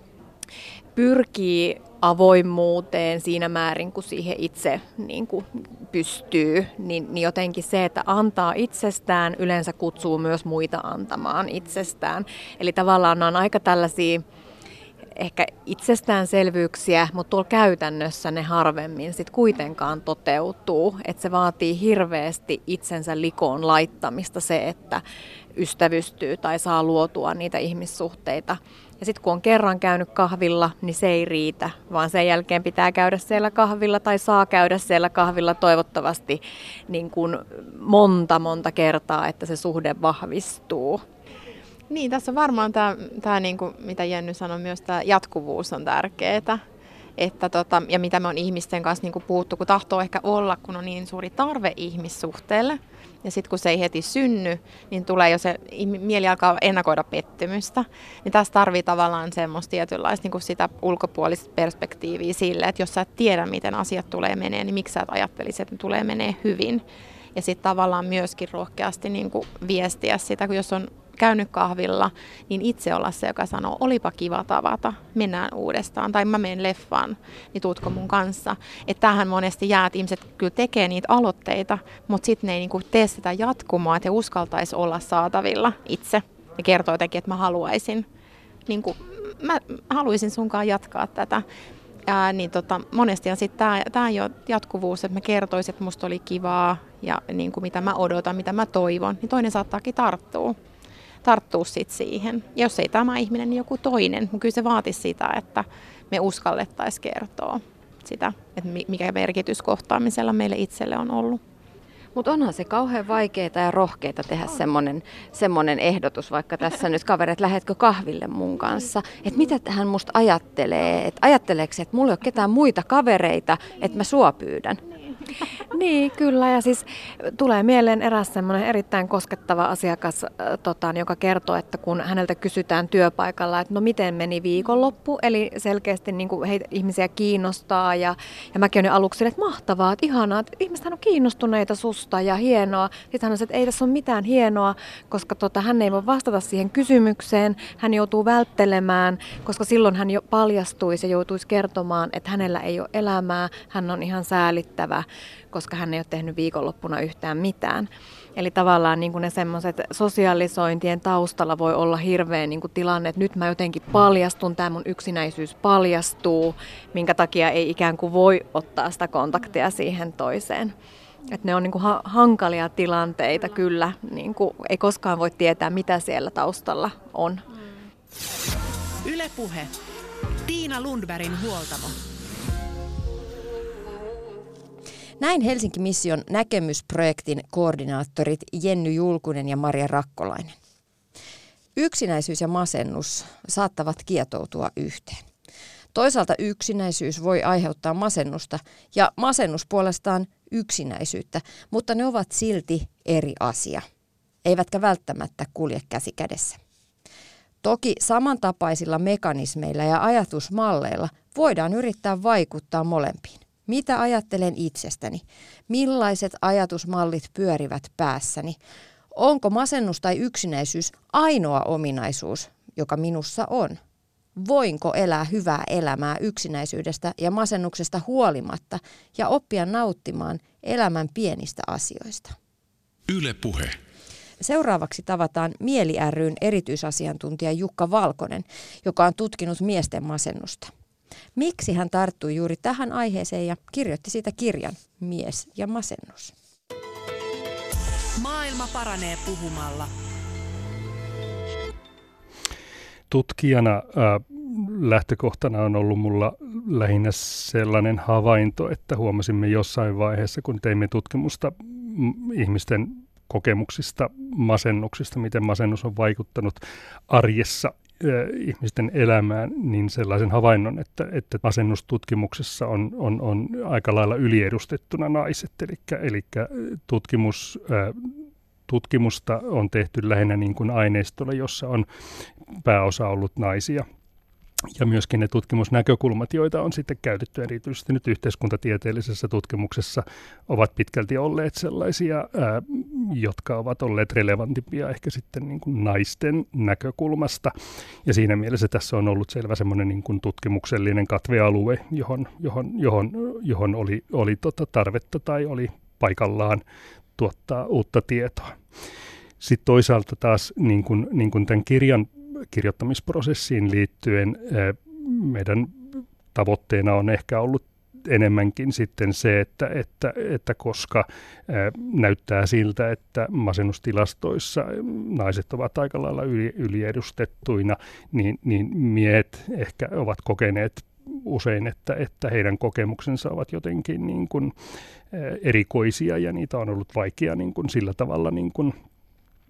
Pyrkii avoimuuteen siinä määrin, kun siihen itse niin kuin pystyy, niin jotenkin se, että antaa itsestään, yleensä kutsuu myös muita antamaan itsestään. Eli tavallaan nämä on aika tällaisia ehkä itsestäänselvyyksiä, mutta tuolla käytännössä ne harvemmin sit kuitenkaan toteutuu. Että se vaatii hirveästi itsensä likoon laittamista se, että ystävystyy tai saa luotua niitä ihmissuhteita. Ja sitten kun on kerran käynyt kahvilla, niin se ei riitä, vaan sen jälkeen pitää käydä siellä kahvilla tai saa käydä siellä kahvilla toivottavasti niin kuin monta kertaa, että se suhde vahvistuu. Niin, tässä on varmaan tämä niin kuin, mitä Jenny sanoi, myös tämä jatkuvuus on tärkeää. Ja mitä me on ihmisten kanssa niin kuin puhuttu, kun tahtoo ehkä olla, kun on niin suuri tarve ihmissuhteelle. Ja sitten kun se ei heti synny, niin tulee jo se, mieli alkaa ennakoida pettymystä. Niin tässä tarvii tavallaan semmoista tietynlaista niin kuin sitä ulkopuolista perspektiiviä sille, että jos sä et tiedä, miten asiat tulee menee, niin miksi sä et ajattelisi, että ne tulee menee hyvin. Ja sitten tavallaan myöskin rohkeasti niin kuin viestiä sitä, kun jos on käynyt kahvilla, niin itse olla se, joka sanoo, olipa kiva tavata, mennään uudestaan, tai mä menen leffaan, niin tuutko mun kanssa. Että tämähän monesti jää, että ihmiset kyllä tekee niitä aloitteita, mutta sitten ne ei niinku tee sitä jatkumoa, että he uskaltaisi olla saatavilla itse. Ja kertoo jotenkin, että mä haluaisin, mä haluaisin sunkaan jatkaa tätä. Monesti on sitten tämä jatkuvuus, että mä kertoisin, että musta oli kivaa ja niin kuin mitä mä odotan, mitä mä toivon, niin toinen saattaakin tarttua sitten siihen. Ja jos ei tämä ihminen, niin joku toinen. Mutta kyllä se vaatisi sitä, että me uskallettaisiin kertoa sitä, että mikä merkitys kohtaamisella meille itselle on ollut. Mutta onhan se kauhean vaikeaa ja rohkeaa tehdä semmoinen ehdotus, vaikka tässä nyt kaverit, lähetkö kahville mun kanssa. Että mitä hän musta ajattelee, että ajatteleeko se, että mulla ei ole ketään muita kavereita, että mä sua pyydän. Niin, kyllä. Ja siis tulee mieleen eräs semmoinen erittäin koskettava asiakas, joka kertoo, että kun häneltä kysytään työpaikalla, että no miten meni viikonloppu, eli selkeästi niin kuin heitä ihmisiä kiinnostaa ja mäkin olin aluksi, että mahtavaa, että ihanaa, että ihmiset on kiinnostuneita susta ja hienoa. Sitten hän on se, että ei tässä ole mitään hienoa, koska hän ei voi vastata siihen kysymykseen, hän joutuu välttelemään, koska silloin hän jo paljastuisi ja joutuisi kertomaan, että hänellä ei ole elämää, hän on ihan säälittävä, koska hän ei ole tehnyt viikonloppuna yhtään mitään. Eli tavallaan niin kuin ne semmoiset sosialisointien taustalla voi olla hirveä niin kuin tilanne, että nyt mä jotenkin paljastun, tämä mun yksinäisyys paljastuu, minkä takia ei ikään kuin voi ottaa sitä kontaktia siihen toiseen. Että ne on niin kuin hankalia tilanteita kyllä, niin kuin ei koskaan voi tietää, mitä siellä taustalla on. Yle Puhe. Tiina Lundbergin huoltamo. Näin Helsinki Mission näkemysprojektin koordinaattorit Jenny Julkunen ja Maria Rakkolainen. Yksinäisyys ja masennus saattavat kietoutua yhteen. Toisaalta yksinäisyys voi aiheuttaa masennusta ja masennus puolestaan yksinäisyyttä, mutta ne ovat silti eri asia, eivätkä välttämättä kulje käsi kädessä. Toki samantapaisilla mekanismeilla ja ajatusmalleilla voidaan yrittää vaikuttaa molempiin. Mitä ajattelen itsestäni? Millaiset ajatusmallit pyörivät päässäni? Onko masennus tai yksinäisyys ainoa ominaisuus, joka minussa on? Voinko elää hyvää elämää yksinäisyydestä ja masennuksesta huolimatta ja oppia nauttimaan elämän pienistä asioista? Yle Puhe. Seuraavaksi tavataan Mieli ry:n erityisasiantuntija Jukka Valkonen, joka on tutkinut miesten masennusta. Miksi hän tarttui juuri tähän aiheeseen ja kirjoitti siitä kirjan Mies ja masennus. Maailma paranee puhumalla. Tutkijana lähtökohtana on ollut mulla lähinnä sellainen havainto, että huomasimme jossain vaiheessa, kun teimme tutkimusta ihmisten kokemuksista, masennuksista, miten masennus on vaikuttanut arjessa ihmisten elämään, niin sellaisen havainnon, että masennustutkimuksessa on aika lailla yliedustettuna naiset. Eli tutkimusta on tehty lähinnä niin kuin aineistolla, jossa on pääosa ollut naisia. Ja myöskin ne tutkimusnäkökulmat, joita on sitten käytetty erityisesti nyt yhteiskuntatieteellisessä tutkimuksessa, ovat pitkälti olleet sellaisia, jotka ovat olleet relevantimpia ehkä sitten niin kuin naisten näkökulmasta. Ja siinä mielessä tässä on ollut selvä semmoinen niin kuin tutkimuksellinen katvealue, johon oli tarvetta tai oli paikallaan tuottaa uutta tietoa. Sitten toisaalta taas niin kuin tämän kirjan kirjoittamisprosessiin liittyen meidän tavoitteena on ehkä ollut enemmänkin sitten se, että koska näyttää siltä, että masennustilastoissa naiset ovat aika lailla yliedustettuina, niin miehet ehkä ovat kokeneet usein, että heidän kokemuksensa ovat jotenkin niin kuin erikoisia ja niitä on ollut vaikea niin kuin sillä tavalla niin kuin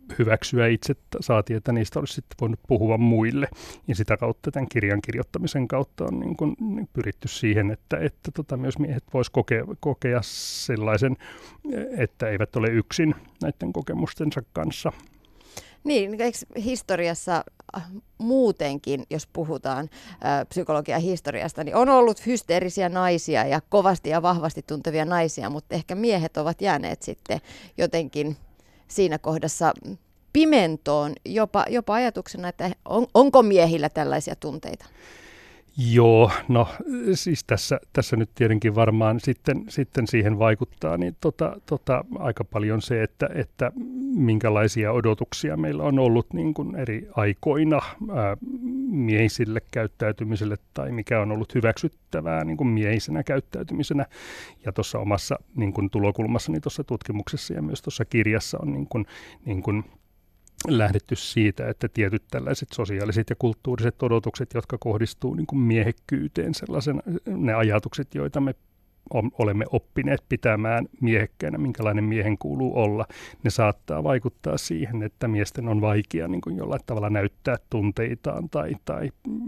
hyväksyä itse, saati, että niistä olisi sitten voinut puhua muille. Ja sitä kautta tämän kirjan kirjoittamisen kautta on niin kuin pyritty siihen, että myös miehet vois kokea sellaisen, että eivät ole yksin näiden kokemustensa kanssa. Niin, eikö historiassa muutenkin, jos puhutaan psykologian historiasta, niin on ollut hysteerisiä naisia ja kovasti ja vahvasti tuntevia naisia, mutta ehkä miehet ovat jääneet sitten jotenkin siinä kohdassa pimentoon, jopa ajatuksena, että onko miehillä tällaisia tunteita? Joo, no siis tässä nyt tietenkin varmaan sitten siihen vaikuttaa niin aika paljon se, että minkälaisia odotuksia meillä on ollut niin kuin eri aikoina miehisille käyttäytymiselle tai mikä on ollut hyväksyttävää niin kuin miehisenä käyttäytymisenä. Ja tuossa omassa niin kuin tulokulmassani tuossa tutkimuksessa ja myös tuossa kirjassa on niin kuin lähdetty siitä, että tietyt tällaiset sosiaaliset ja kulttuuriset odotukset, jotka kohdistuu niin kuin miehekkyyteen, ne ajatukset, joita me olemme oppineet pitämään miehekkäänä, minkälainen miehen kuuluu olla, ne saattaa vaikuttaa siihen, että miesten on vaikea niin kuin jollain tavalla näyttää tunteitaan tai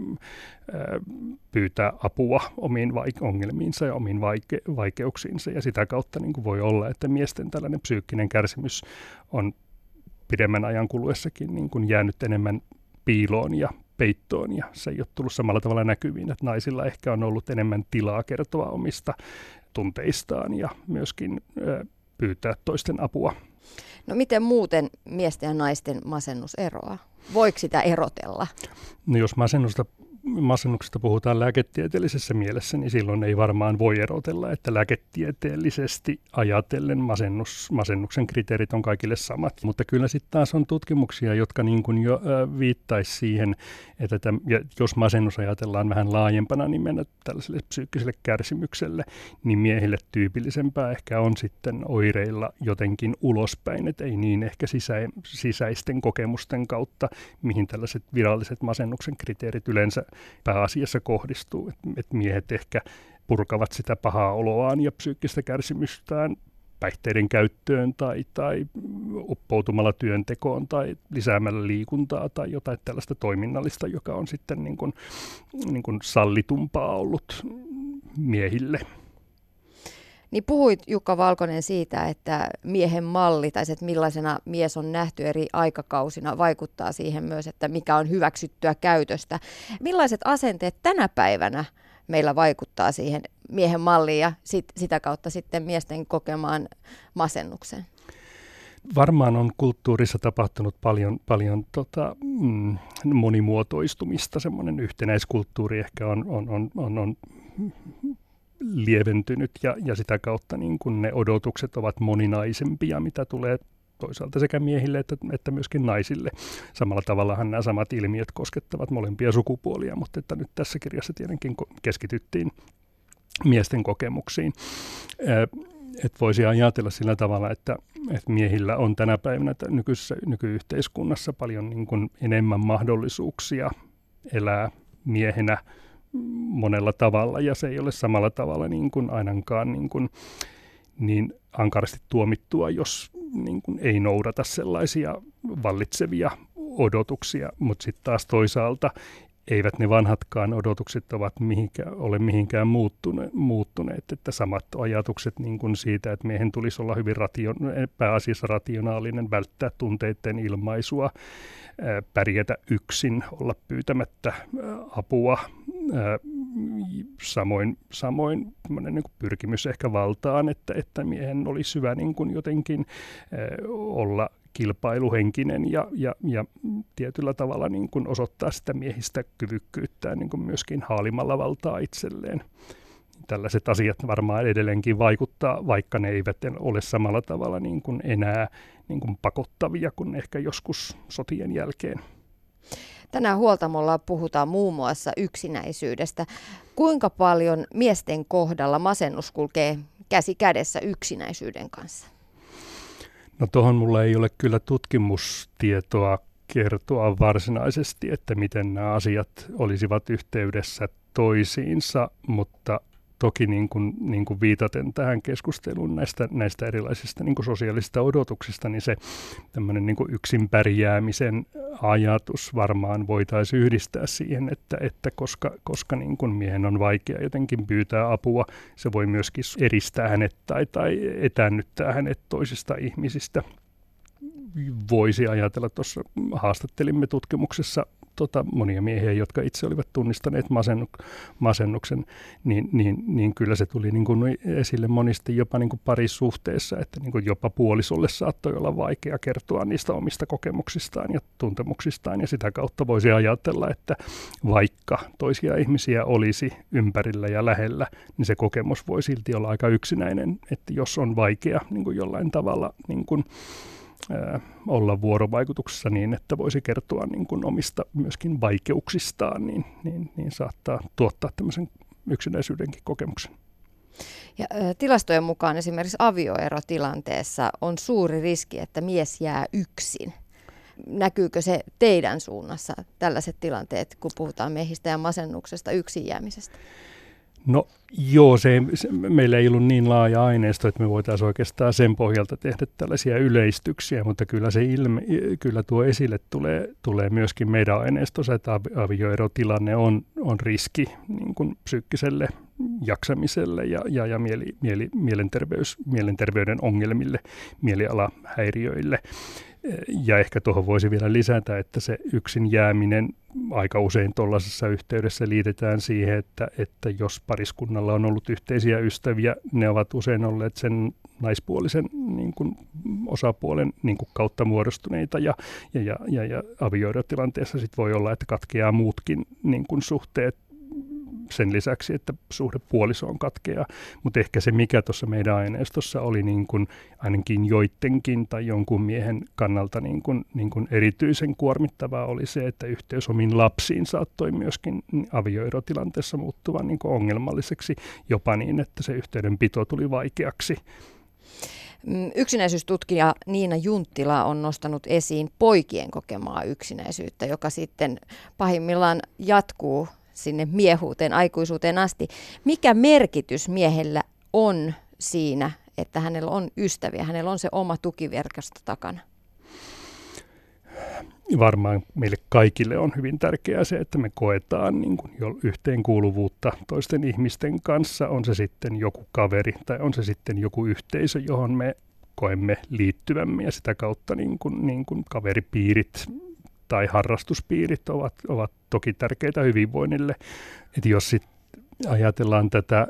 pyytää apua omiin ongelmiinsa ja omiin vaikeuksiinsa. Ja sitä kautta niin kuin voi olla, että miesten tällainen psyykkinen kärsimys on pidemmän ajan kuluessakin niin kuin jäänyt enemmän piiloon ja peittoon, ja se ei ole tullut samalla tavalla näkyviin, että naisilla ehkä on ollut enemmän tilaa kertoa omista tunteistaan ja myöskin pyytää toisten apua. No miten muuten miesten ja naisten masennus eroaa? Voiko sitä erotella? No jos masennuksesta puhutaan lääketieteellisessä mielessä, niin silloin ei varmaan voi erotella, että lääketieteellisesti ajatellen masennuksen kriteerit on kaikille samat. Mutta kyllä sitten taas on tutkimuksia, jotka niin kuin jo viittaisi siihen, että jos masennus ajatellaan vähän laajempana nimenä tällaiselle psyykkiselle kärsimykselle, niin miehille tyypillisempää ehkä on sitten oireilla jotenkin ulospäin, että ei niin ehkä sisäisten kokemusten kautta, mihin tällaiset viralliset masennuksen kriteerit yleensä pääasiassa kohdistuu, että miehet ehkä purkavat sitä pahaa oloaan ja psyykkistä kärsimystään päihteiden käyttöön tai uppoutumalla työntekoon tai lisäämällä liikuntaa tai jotain tällaista toiminnallista, joka on sitten niin kuin sallitumpaa ollut miehille. Niin puhuit Jukka Valkonen siitä, että miehen malli tai se, että millaisena mies on nähty eri aikakausina, vaikuttaa siihen myös, että mikä on hyväksyttyä käytöstä. Millaiset asenteet tänä päivänä meillä vaikuttaa siihen miehen malliin ja sitä kautta sitten miesten kokemaan masennukseen? Varmaan on kulttuurissa tapahtunut paljon monimuotoistumista. Semmoinen yhtenäiskulttuuri ehkä on lieventynyt ja sitä kautta niin kun ne odotukset ovat moninaisempia, mitä tulee toisaalta sekä miehille että myöskin naisille. Samalla tavallahan nämä samat ilmiöt koskettavat molempia sukupuolia, mutta että nyt tässä kirjassa tietenkin keskityttiin miesten kokemuksiin. Että voisi ajatella sillä tavalla, että miehillä on tänä päivänä nykyyhteiskunnassa paljon niin kuin enemmän mahdollisuuksia elää miehenä monella tavalla, ja se ei ole samalla tavalla niin kuin ainakaan niin ankarasti tuomittua, jos niin kuin ei noudata sellaisia vallitsevia odotuksia, mutta sitten taas toisaalta eivät ne vanhatkaan odotukset ole mihinkään muuttuneet, että samat ajatukset niin kuin siitä, että miehen tulisi olla hyvin pääasiassa rationaalinen, välttää tunteiden ilmaisua, pärjätä yksin, olla pyytämättä apua, samoin niin kuin pyrkimys ehkä valtaan, että miehen olisi hyvä niin kuin jotenkin olla kilpailuhenkinen ja tietyllä tavalla niin kuin osoittaa sitä miehistä kyvykkyyttään niin kuin myöskin haalimalla valtaa itselleen. Tällaiset asiat varmaan edelleenkin vaikuttaa, vaikka ne eivät ole samalla tavalla niin kuin enää niin kuin pakottavia kuin ehkä joskus sotien jälkeen. Tänään Huoltamolla puhutaan muun muassa yksinäisyydestä. Kuinka paljon miesten kohdalla masennus kulkee käsi kädessä yksinäisyyden kanssa? No tuohon mulla ei ole kyllä tutkimustietoa kertoa varsinaisesti, että miten nämä asiat olisivat yhteydessä toisiinsa, mutta toki niin kuin viitaten tähän keskusteluun näistä erilaisista niin kuin sosiaalisista odotuksista, niin se tämmöinen niin kuin yksin pärjäämisen ajatus varmaan voitaisiin yhdistää siihen, että koska niin kuin miehen on vaikea jotenkin pyytää apua, se voi myöskin eristää hänet tai etäännyttää hänet toisista ihmisistä. Voisi ajatella, tuossa haastattelimme tutkimuksessa monia miehiä, jotka itse olivat tunnistaneet masennuksen, niin kyllä se tuli niin kuin esille monesti jopa niin kuin parisuhteessa, että niin kuin jopa puolisolle saattoi olla vaikea kertoa niistä omista kokemuksistaan ja tuntemuksistaan, ja sitä kautta voisi ajatella, että vaikka toisia ihmisiä olisi ympärillä ja lähellä, niin se kokemus voi silti olla aika yksinäinen, että jos on vaikea niin kuin jollain tavalla niin kuin olla vuorovaikutuksessa niin, että voisi kertoa niin kuin omista myöskin vaikeuksistaan, niin saattaa tuottaa tämmöisen yksinäisyydenkin kokemuksen. Ja tilastojen mukaan esimerkiksi avioerotilanteessa on suuri riski, että mies jää yksin. Näkyykö se teidän suunnassa tällaiset tilanteet, kun puhutaan miehistä ja masennuksesta, yksin jäämisestä? No joo, meillä ei ollut niin laaja aineisto, että me voitaisiin oikeastaan sen pohjalta tehdä tällaisia yleistyksiä, mutta kyllä tuo esille tulee myöskin meidän aineistossa, että avioerotilanne on riski niin kuin psyykkiselle jaksamiselle ja mielenterveyden ongelmille, mielialahäiriöille. Ja ehkä tuohon voisi vielä lisätä, että se yksin jääminen aika usein tuollaisessa yhteydessä liitetään siihen, että jos pariskunnalla on ollut yhteisiä ystäviä, ne ovat usein olleet sen naispuolisen niin kuin osapuolen niin kuin kautta muodostuneita ja avioerotilanteessa sit voi olla, että katkeaa muutkin niin kuin suhteet sen lisäksi, että suhde puolisoon katkeaa, mutta ehkä se, mikä tuossa meidän aineistossa oli niin kuin ainakin joidenkin tai jonkun miehen kannalta niin kuin erityisen kuormittavaa, oli se, että yhteys omiin lapsiin saattoi myöskin avioerotilanteessa muuttua niin kuin ongelmalliseksi, jopa niin, että se yhteydenpito tuli vaikeaksi. Yksinäisyystutkija Niina Junttila on nostanut esiin poikien kokemaa yksinäisyyttä, joka sitten pahimmillaan jatkuu sinne miehuuteen, aikuisuuteen asti. Mikä merkitys miehellä on siinä, että hänellä on ystäviä, hänellä on se oma tukiverkosto takana? Varmaan meille kaikille on hyvin tärkeää se, että me koetaan niin kuin jo yhteenkuuluvuutta toisten ihmisten kanssa, on se sitten joku kaveri tai on se sitten joku yhteisö, johon me koemme liittyvämme, ja sitä kautta niin kuin kaveripiirit tai harrastuspiirit ovat toki tärkeitä hyvinvoinnille. Et jos sit ajatellaan tätä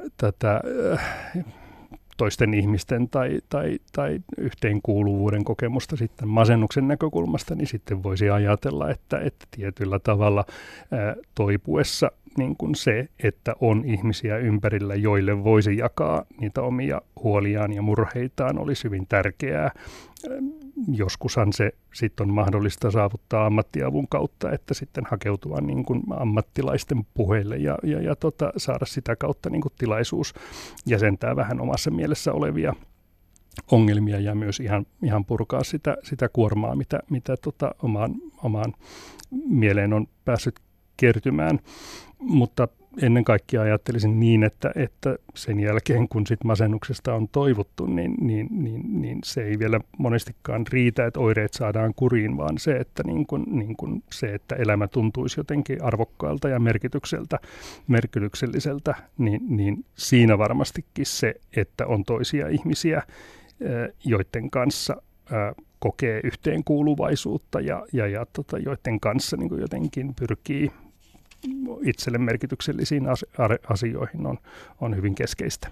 toisten ihmisten tai yhteenkuuluvuuden kokemusta sitten masennuksen näkökulmasta, niin sitten voisi ajatella, että tietyllä tavalla toipuessa niin kuin se, että on ihmisiä ympärillä, joille voisi jakaa niitä omia huoliaan ja murheitaan, olisi hyvin tärkeää. Joskushan se sitten on mahdollista saavuttaa ammattiavun kautta, että sitten hakeutua niin kuin ammattilaisten puheille ja saada sitä kautta niin kuin tilaisuus jäsentää vähän omassa mielessä olevia ongelmia ja myös ihan purkaa sitä kuormaa, mitä omaan mieleen on päässyt kertymään. Mutta ennen kaikkea ajattelisin niin, että sen jälkeen kun sit masennuksesta on toivuttu, niin se ei vielä monestikaan riitä, että oireet saadaan kuriin, vaan se, että se, että elämä tuntuisi jotenkin arvokkaalta ja merkitykselliseltä, niin siinä varmastikin se, että on toisia ihmisiä, joiden kanssa kokee yhteenkuuluvaisuutta ja joiden kanssa niin kuin jotenkin pyrkii itselle merkityksellisiin asioihin on hyvin keskeistä.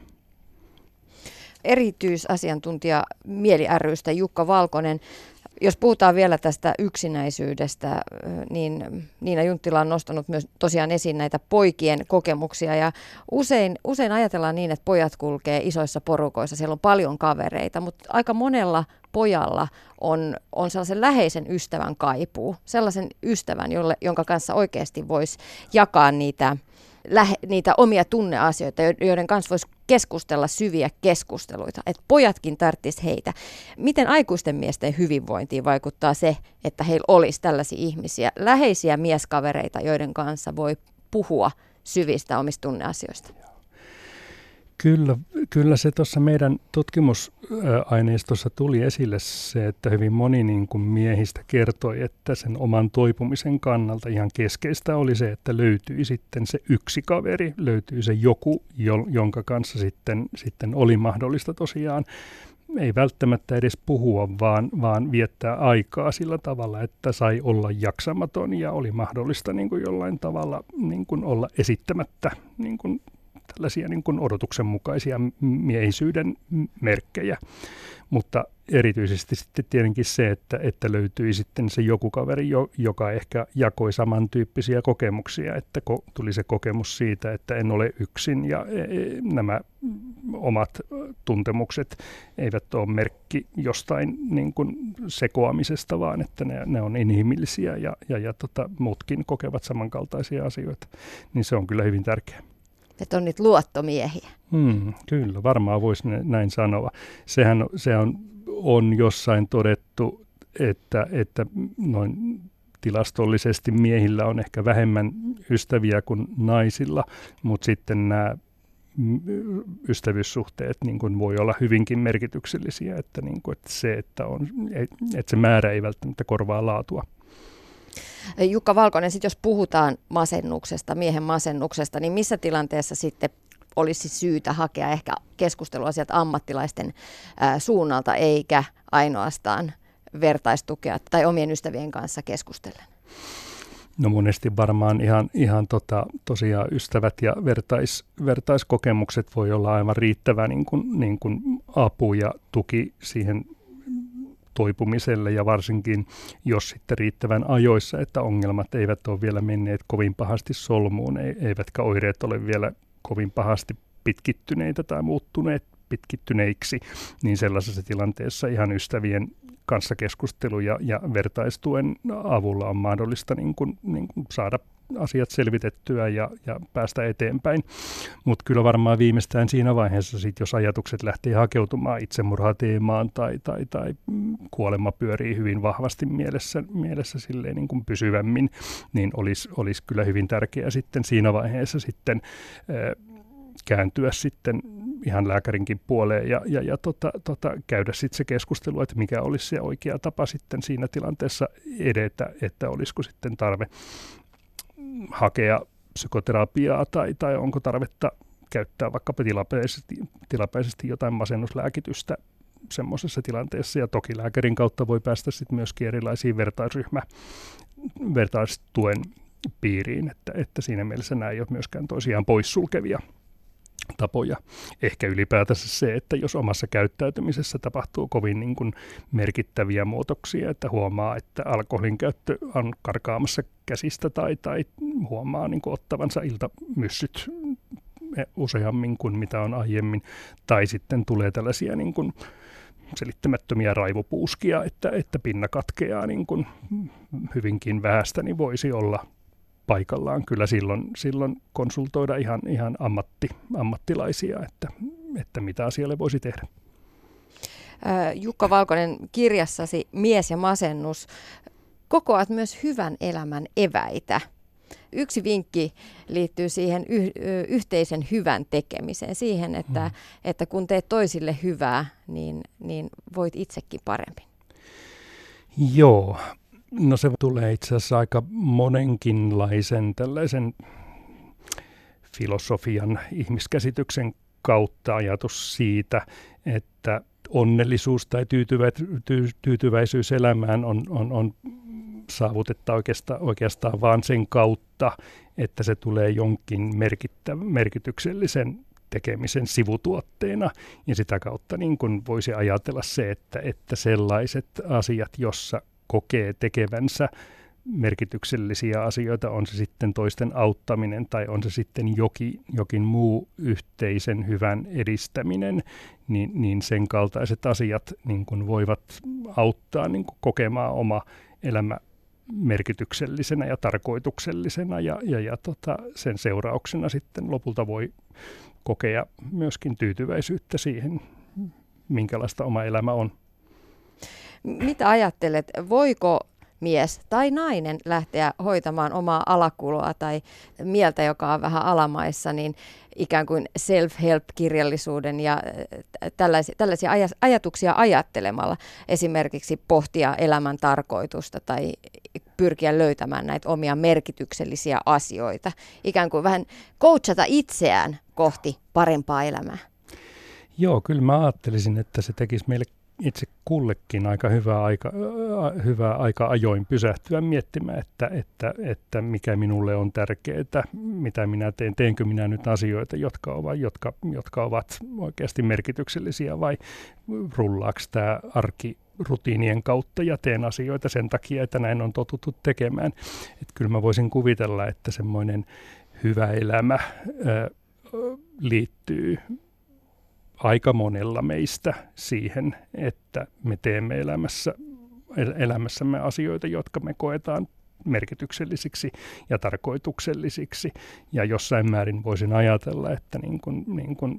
Erityisasiantuntija Mieli ry:stä Jukka Valkonen. Jos puhutaan vielä tästä yksinäisyydestä, niin Niina Junttila on nostanut myös tosiaan esiin näitä poikien kokemuksia. Ja usein ajatellaan niin, että pojat kulkee isoissa porukoissa, siellä on paljon kavereita, mutta aika monella pojalla on sellaisen läheisen ystävän kaipuu, sellaisen ystävän, jonka kanssa oikeasti voisi jakaa niitä omia tunneasioita, joiden kanssa voisi keskustella syviä keskusteluita. Että pojatkin tarvitsisi heitä. Miten aikuisten miesten hyvinvointiin vaikuttaa se, että heillä olisi tällaisia ihmisiä, läheisiä mieskavereita, joiden kanssa voi puhua syvistä omista tunneasioista? Kyllä se tuossa meidän tutkimusaineistossa tuli esille se, että hyvin moni niin kuin miehistä kertoi, että sen oman toipumisen kannalta ihan keskeistä oli se, että löytyi sitten se yksi kaveri, löytyi se joku, jonka kanssa sitten oli mahdollista tosiaan ei välttämättä edes puhua, vaan viettää aikaa sillä tavalla, että sai olla jaksamaton ja oli mahdollista niin kuin jollain tavalla niin kuin olla esittämättä niin kuin tällaisia niin kuin odotuksenmukaisia miehisyyden merkkejä. Mutta erityisesti sitten tietenkin se, että löytyi sitten se joku kaveri, joka ehkä jakoi samantyyppisiä kokemuksia, että tuli se kokemus siitä, että en ole yksin ja nämä omat tuntemukset eivät ole merkki jostain niin kuin sekoamisesta, vaan että ne on inhimillisiä ja muutkin kokevat samankaltaisia asioita, niin se on kyllä hyvin tärkeää. Että on niitä luottomiehiä. Kyllä, varmaan voisi näin sanoa. Se on jossain todettu, että noin tilastollisesti miehillä on ehkä vähemmän ystäviä kuin naisilla, mutta sitten nämä ystävyyssuhteet niin kuin voi olla hyvinkin merkityksellisiä, että, niin kuin, että se määrä ei välttämättä korvaa laatua. Jukka Valkonen, sit jos puhutaan masennuksesta, miehen masennuksesta, niin missä tilanteessa sitten olisi syytä hakea ehkä keskustelua sieltä ammattilaisten suunnalta, eikä ainoastaan vertaistukea tai omien ystävien kanssa keskustellen? No monesti varmaan ihan tosiaan ystävät ja vertaiskokemukset voi olla aivan riittävä niin kuin apu ja tuki siihen toipumiselle ja varsinkin jos sitten riittävän ajoissa, että ongelmat eivät ole vielä menneet kovin pahasti solmuun, eivätkä oireet ole vielä kovin pahasti pitkittyneitä tai muuttuneet pitkittyneiksi, niin sellaisessa tilanteessa ihan ystävien kanssa keskustelu ja vertaistuen avulla on mahdollista niin kuin saada asiat selvitettyä ja päästä eteenpäin. Mutta kyllä varmaan viimeistään siinä vaiheessa, sit, jos ajatukset lähtee hakeutumaan itsemurhateemaan tai kuolema pyörii hyvin vahvasti mielessä silleen niin kuin pysyvämmin, niin olisi kyllä hyvin tärkeää sitten siinä vaiheessa sitten kääntyä sitten ihan lääkärinkin puoleen ja käydä sitten se keskustelu, että mikä olisi se oikea tapa sitten siinä tilanteessa edetä, että olisiko sitten tarve hakea psykoterapiaa tai onko tarvetta käyttää vaikkapa tilapäisesti jotain masennuslääkitystä semmoisessa tilanteessa. Ja toki lääkärin kautta voi päästä sitten myöskin erilaisiin vertaistuen piiriin, että siinä mielessä nämä ei ole myöskään toisiaan poissulkevia tapoja. Ehkä ylipäätänsä se, että jos omassa käyttäytymisessä tapahtuu kovin niin kuin merkittäviä muutoksia, että huomaa, että alkoholin käyttö on karkaamassa käsistä tai huomaa niin kuin ottavansa iltamyssyt useammin kuin mitä on aiemmin, tai sitten tulee tällaisia niin kuin selittämättömiä raivopuuskia, että pinna katkeaa niin kuin hyvinkin vähästä, niin voisi olla paikallaan kyllä silloin konsultoida ihan ammattilaisia, että mitä asialle voisi tehdä. Jukka Valkonen, kirjassasi Mies ja masennus kokoat myös hyvän elämän eväitä. Yksi vinkki liittyy siihen yhteisen hyvän tekemiseen, siihen, että kun teet toisille hyvää, niin voit itsekin paremmin. Joo. No se tulee itse asiassa aika monenkinlaisen tällaisen filosofian, ihmiskäsityksen kautta ajatus siitä, että onnellisuus tai tyytyväisyys elämään on saavutetta oikeastaan vaan sen kautta, että se tulee jonkin merkityksellisen tekemisen sivutuotteena, ja sitä kautta niin kuin voisi ajatella se, että sellaiset asiat, jossa kokee tekevänsä merkityksellisiä asioita, on se sitten toisten auttaminen tai on se sitten jokin muu yhteisen hyvän edistäminen, niin sen kaltaiset asiat niin kuin voivat auttaa niin kuin kokemaan oma elämä merkityksellisenä ja tarkoituksellisena ja sen seurauksena sitten lopulta voi kokea myöskin tyytyväisyyttä siihen, minkälaista oma elämä on. Mitä ajattelet, voiko mies tai nainen lähteä hoitamaan omaa alakuloa tai mieltä, joka on vähän alamaissa, niin ikään kuin self-help-kirjallisuuden ja tällaisia ajatuksia ajattelemalla esimerkiksi pohtia elämän tarkoitusta tai pyrkiä löytämään näitä omia merkityksellisiä asioita. Ikään kuin vähän coachata itseään kohti parempaa elämää. Joo, kyllä mä ajattelisin, että se tekisi meille itse kullekin aika hyvää aika ajoin pysähtyä miettimään, että mikä minulle on tärkeää, mitä minä teen, teenkö minä nyt asioita, jotka ovat oikeasti merkityksellisiä vai rullaako tämä arki rutiinien kautta ja teen asioita sen takia, että näin on totuttu tekemään. Että kyllä mä voisin kuvitella, että semmoinen hyvä elämä liittyy aika monella meistä siihen, että me teemme elämässämme asioita, jotka me koetaan merkityksellisiksi ja tarkoituksellisiksi. Ja jossain määrin voisin ajatella, että niin kuin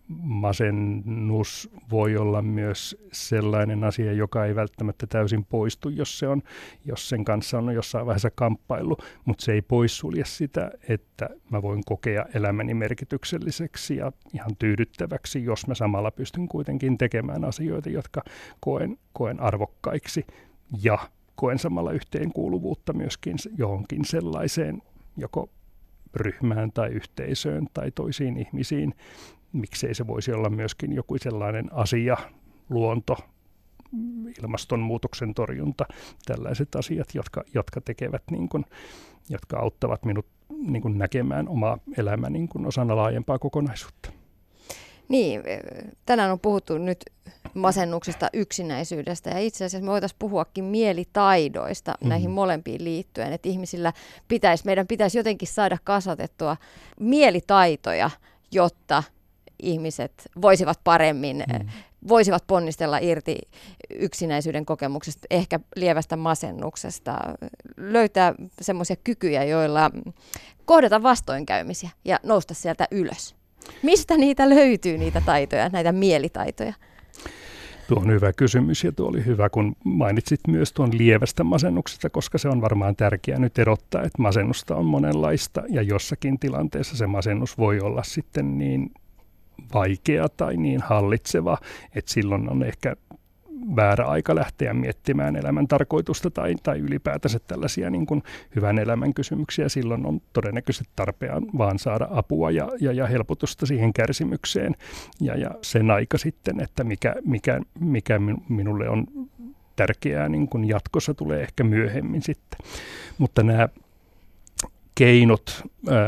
masennus voi olla myös sellainen asia, joka ei välttämättä täysin poistu, jos sen kanssa on jossain vaiheessa kamppailu, mutta se ei poissulje sitä, että mä voin kokea elämäni merkitykselliseksi ja ihan tyydyttäväksi, jos mä samalla pystyn kuitenkin tekemään asioita, jotka koen arvokkaiksi ja koen samalla yhteenkuuluvuutta myöskin johonkin sellaiseen joko ryhmään tai yhteisöön tai toisiin ihmisiin. Miksei se voisi olla myöskin joku sellainen asia, luonto, ilmastonmuutoksen torjunta, tällaiset asiat, jotka tekevät jotka auttavat minut näkemään omaa elämää osana laajempaa kokonaisuutta. Niin, tänään on puhuttu nyt masennuksesta, yksinäisyydestä ja itse asiassa me voitaisiin puhuakin mielitaidoista näihin molempiin liittyen, että meidän pitäisi jotenkin saada kasvatettua mielitaitoja, jotta ihmiset voisivat paremmin, voisivat ponnistella irti yksinäisyyden kokemuksesta, ehkä lievästä masennuksesta, löytää semmoisia kykyjä, joilla kohdata vastoinkäymisiä ja nousta sieltä ylös. Mistä niitä löytyy, niitä taitoja, näitä mielitaitoja? Tuo on hyvä kysymys ja tuo oli hyvä, kun mainitsit myös tuon lievästä masennuksesta, koska se on varmaan tärkeää nyt erottaa, että masennusta on monenlaista ja jossakin tilanteessa se masennus voi olla sitten niin vaikea tai niin hallitseva, että silloin on ehkä väärä aika lähteä miettimään elämän tarkoitusta tai ylipäätänsä tällaisia niin kuin hyvän elämän kysymyksiä. Silloin on todennäköisesti tarpeen vaan saada apua ja helpotusta siihen kärsimykseen. Ja sen aika sitten, että mikä minulle on tärkeää niin kuin jatkossa tulee ehkä myöhemmin sitten. Mutta nämä keinot,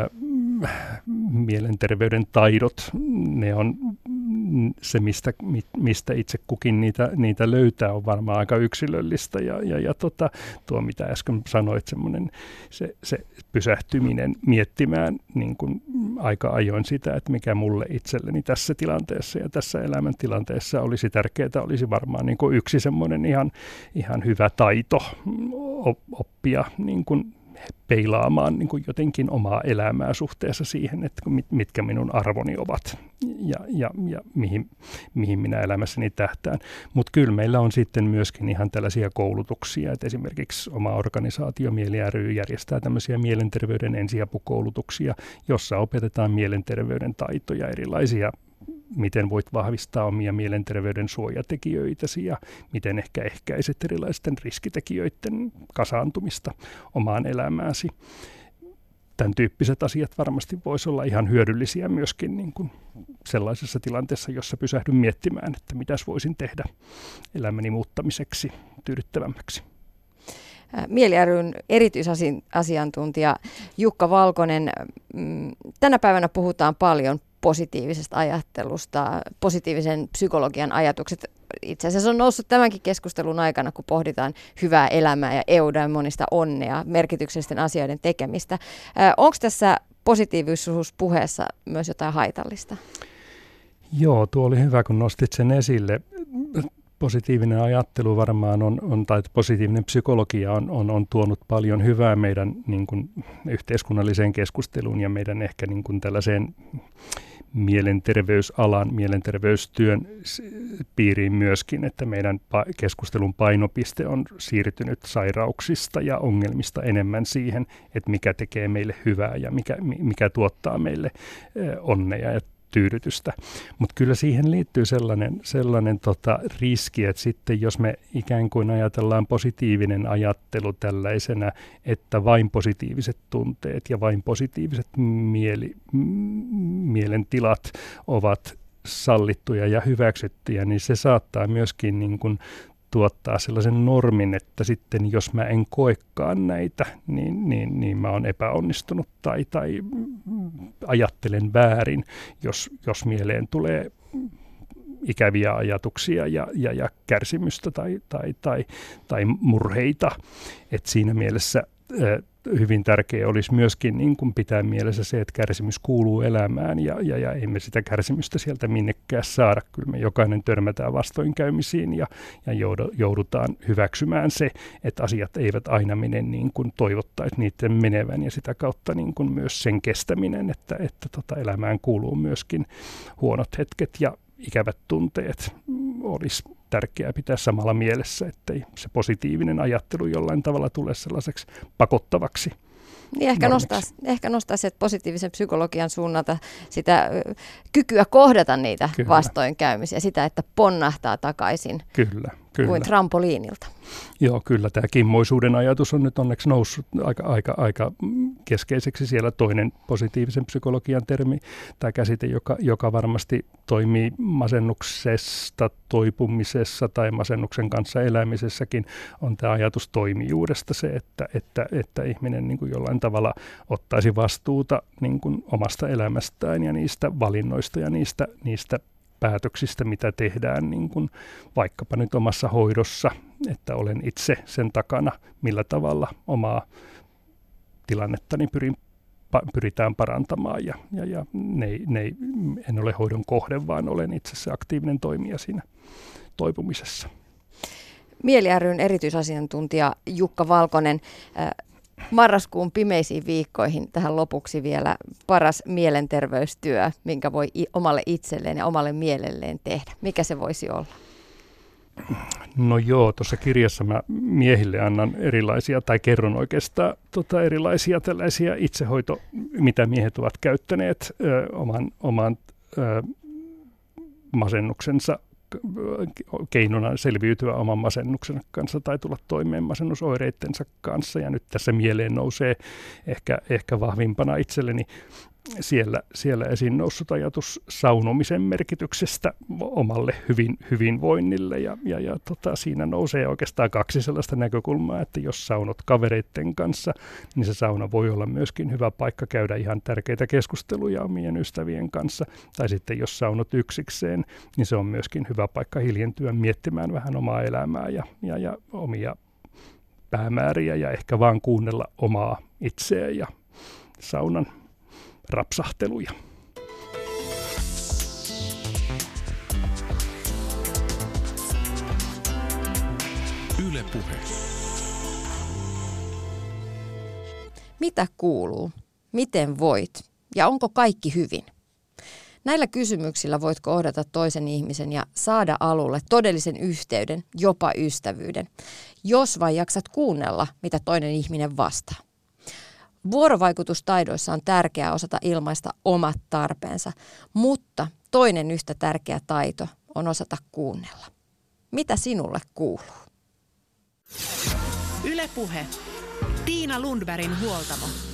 mielenterveyden taidot, ne on se, mistä itse kukin niitä löytää, on varmaan aika yksilöllistä. Ja tuo, mitä äsken sanoit, semmoinen se pysähtyminen miettimään niin kuin aika ajoin sitä, että mikä mulle itselleni tässä tilanteessa ja tässä elämäntilanteessa olisi tärkeää, olisi varmaan niin kuin yksi semmoinen ihan hyvä taito oppia niin kuin peilaamaan niin kuin jotenkin omaa elämää suhteessa siihen, että mitkä minun arvoni ovat ja mihin minä elämässäni tähtään. Mutta kyllä meillä on sitten myöskin ihan tällaisia koulutuksia, että esimerkiksi oma organisaatio Mieli ry järjestää tämmöisiä mielenterveyden ensiapukoulutuksia, jossa opetetaan mielenterveyden taitoja erilaisia, miten voit vahvistaa omia mielenterveyden suojatekijöitäsi ja miten ehkä ehkäiset erilaisten riskitekijöiden kasaantumista omaan elämääsi. Tämän tyyppiset asiat varmasti voisi olla ihan hyödyllisiä myöskin niin kuin sellaisessa tilanteessa, jossa pysähdyn miettimään, että mitäs voisin tehdä elämäni muuttamiseksi tyydyttävämmäksi. Mieli ry:n erityisasiantuntija Jukka Valkonen, tänä päivänä puhutaan paljon positiivisesta ajattelusta, positiivisen psykologian ajatukset. Itse asiassa on noussut tämänkin keskustelun aikana, kun pohditaan hyvää elämää ja eudaemonista onnea, merkityksellisten asioiden tekemistä. Onko tässä positiivisuuspuheessa myös jotain haitallista? Joo, tuo oli hyvä, kun nostit sen esille. Positiivinen ajattelu varmaan tai positiivinen psykologia on tuonut paljon hyvää meidän niin kuin yhteiskunnalliseen keskusteluun ja meidän ehkä niin kuin tällaiseen mielenterveysalan, mielenterveystyön piiriin myöskin, että meidän keskustelun painopiste on siirtynyt sairauksista ja ongelmista enemmän siihen, että mikä tekee meille hyvää ja mikä tuottaa meille onnea ja tyydytystä. Mutta kyllä siihen liittyy sellainen riski, että sitten jos me ikään kuin ajatellaan positiivinen ajattelu tällaisena, että vain positiiviset tunteet ja vain positiiviset mielentilat ovat sallittuja ja hyväksyttyjä, niin se saattaa myöskin niin kuin tuottaa sellaisen normin, että sitten jos mä en koekaan näitä, niin mä oon epäonnistunut tai ajattelen väärin, jos mieleen tulee ikäviä ajatuksia ja kärsimystä tai murheita. Et siinä mielessä hyvin tärkeää olisi myöskin niin kuin pitää mielessä se, että kärsimys kuuluu elämään ja emme sitä kärsimystä sieltä minnekään saada. Kyllä me jokainen törmätään vastoinkäymisiin ja joudutaan hyväksymään se, että asiat eivät aina mene niin kuin toivottaisiin niiden menevän ja sitä kautta niin kuin myös sen kestäminen, että elämään kuuluu myöskin huonot hetket ja ikävät tunteet olisi tärkeää pitää samalla mielessä, ettei se positiivinen ajattelu jollain tavalla tule sellaiseksi pakottavaksi. Niin ehkä nostaa se positiivisen psykologian suunnalta sitä kykyä kohdata niitä vastoinkäymisiä, sitä, että ponnahtaa takaisin kuin trampoliinilta. Joo, kyllä tämä kimmoisuuden ajatus on nyt onneksi noussut aika keskeiseksi siellä. Toinen positiivisen psykologian termi tai käsite, joka varmasti toimii masennuksesta toipumisessa tai masennuksen kanssa elämisessäkin, on tämä ajatus toimijuudesta, se, että ihminen niin kuin jollain tavalla ottaisi vastuuta niin kuin omasta elämästään ja niistä valinnoista ja niistä päätöksistä, mitä tehdään niin kuin vaikkapa nyt omassa hoidossa, että olen itse sen takana, millä tavalla omaa tilannettani pyritään parantamaan ja en ole hoidon kohde, vaan olen itse se aktiivinen toimija siinä toipumisessa. Mieli ry:n erityisasiantuntija Jukka Valkonen, marraskuun pimeisiin viikkoihin tähän lopuksi vielä paras mielenterveystyö, minkä voi omalle itselleen ja omalle mielelleen tehdä. Mikä se voisi olla? No joo, tuossa kirjassa mä miehille annan erilaisia, tai kerron oikeastaan erilaisia tällaisia itsehoito, mitä miehet ovat käyttäneet oman masennuksensa keinona selviytyä oman masennuksen kanssa tai tulla toimeen masennusoireittensa kanssa. Ja nyt tässä mieleen nousee ehkä vahvimpana itselleni siellä esiin noussut ajatus saunomisen merkityksestä omalle hyvinvoinnille. Ja siinä nousee oikeastaan kaksi sellaista näkökulmaa, että jos saunot kavereitten kanssa, niin se sauna voi olla myöskin hyvä paikka käydä ihan tärkeitä keskusteluja omien ystävien kanssa. Tai sitten jos saunot yksikseen, niin se on myöskin hyvä paikka hiljentyä miettimään vähän omaa elämää ja omia päämääriä ja ehkä vaan kuunnella omaa itseään ja saunan rapsahteluja. Yle Puhe. Mitä kuuluu? Miten voit? Ja onko kaikki hyvin? Näillä kysymyksillä voit kohdata toisen ihmisen ja saada alulle todellisen yhteyden, jopa ystävyyden, jos vain jaksat kuunnella, mitä toinen ihminen vastaa. Vuorovaikutustaidoissa on tärkeää osata ilmaista omat tarpeensa, mutta toinen yhtä tärkeä taito on osata kuunnella. Mitä sinulle kuuluu? Yle Puhe. Tiina Lundbergin huoltamo.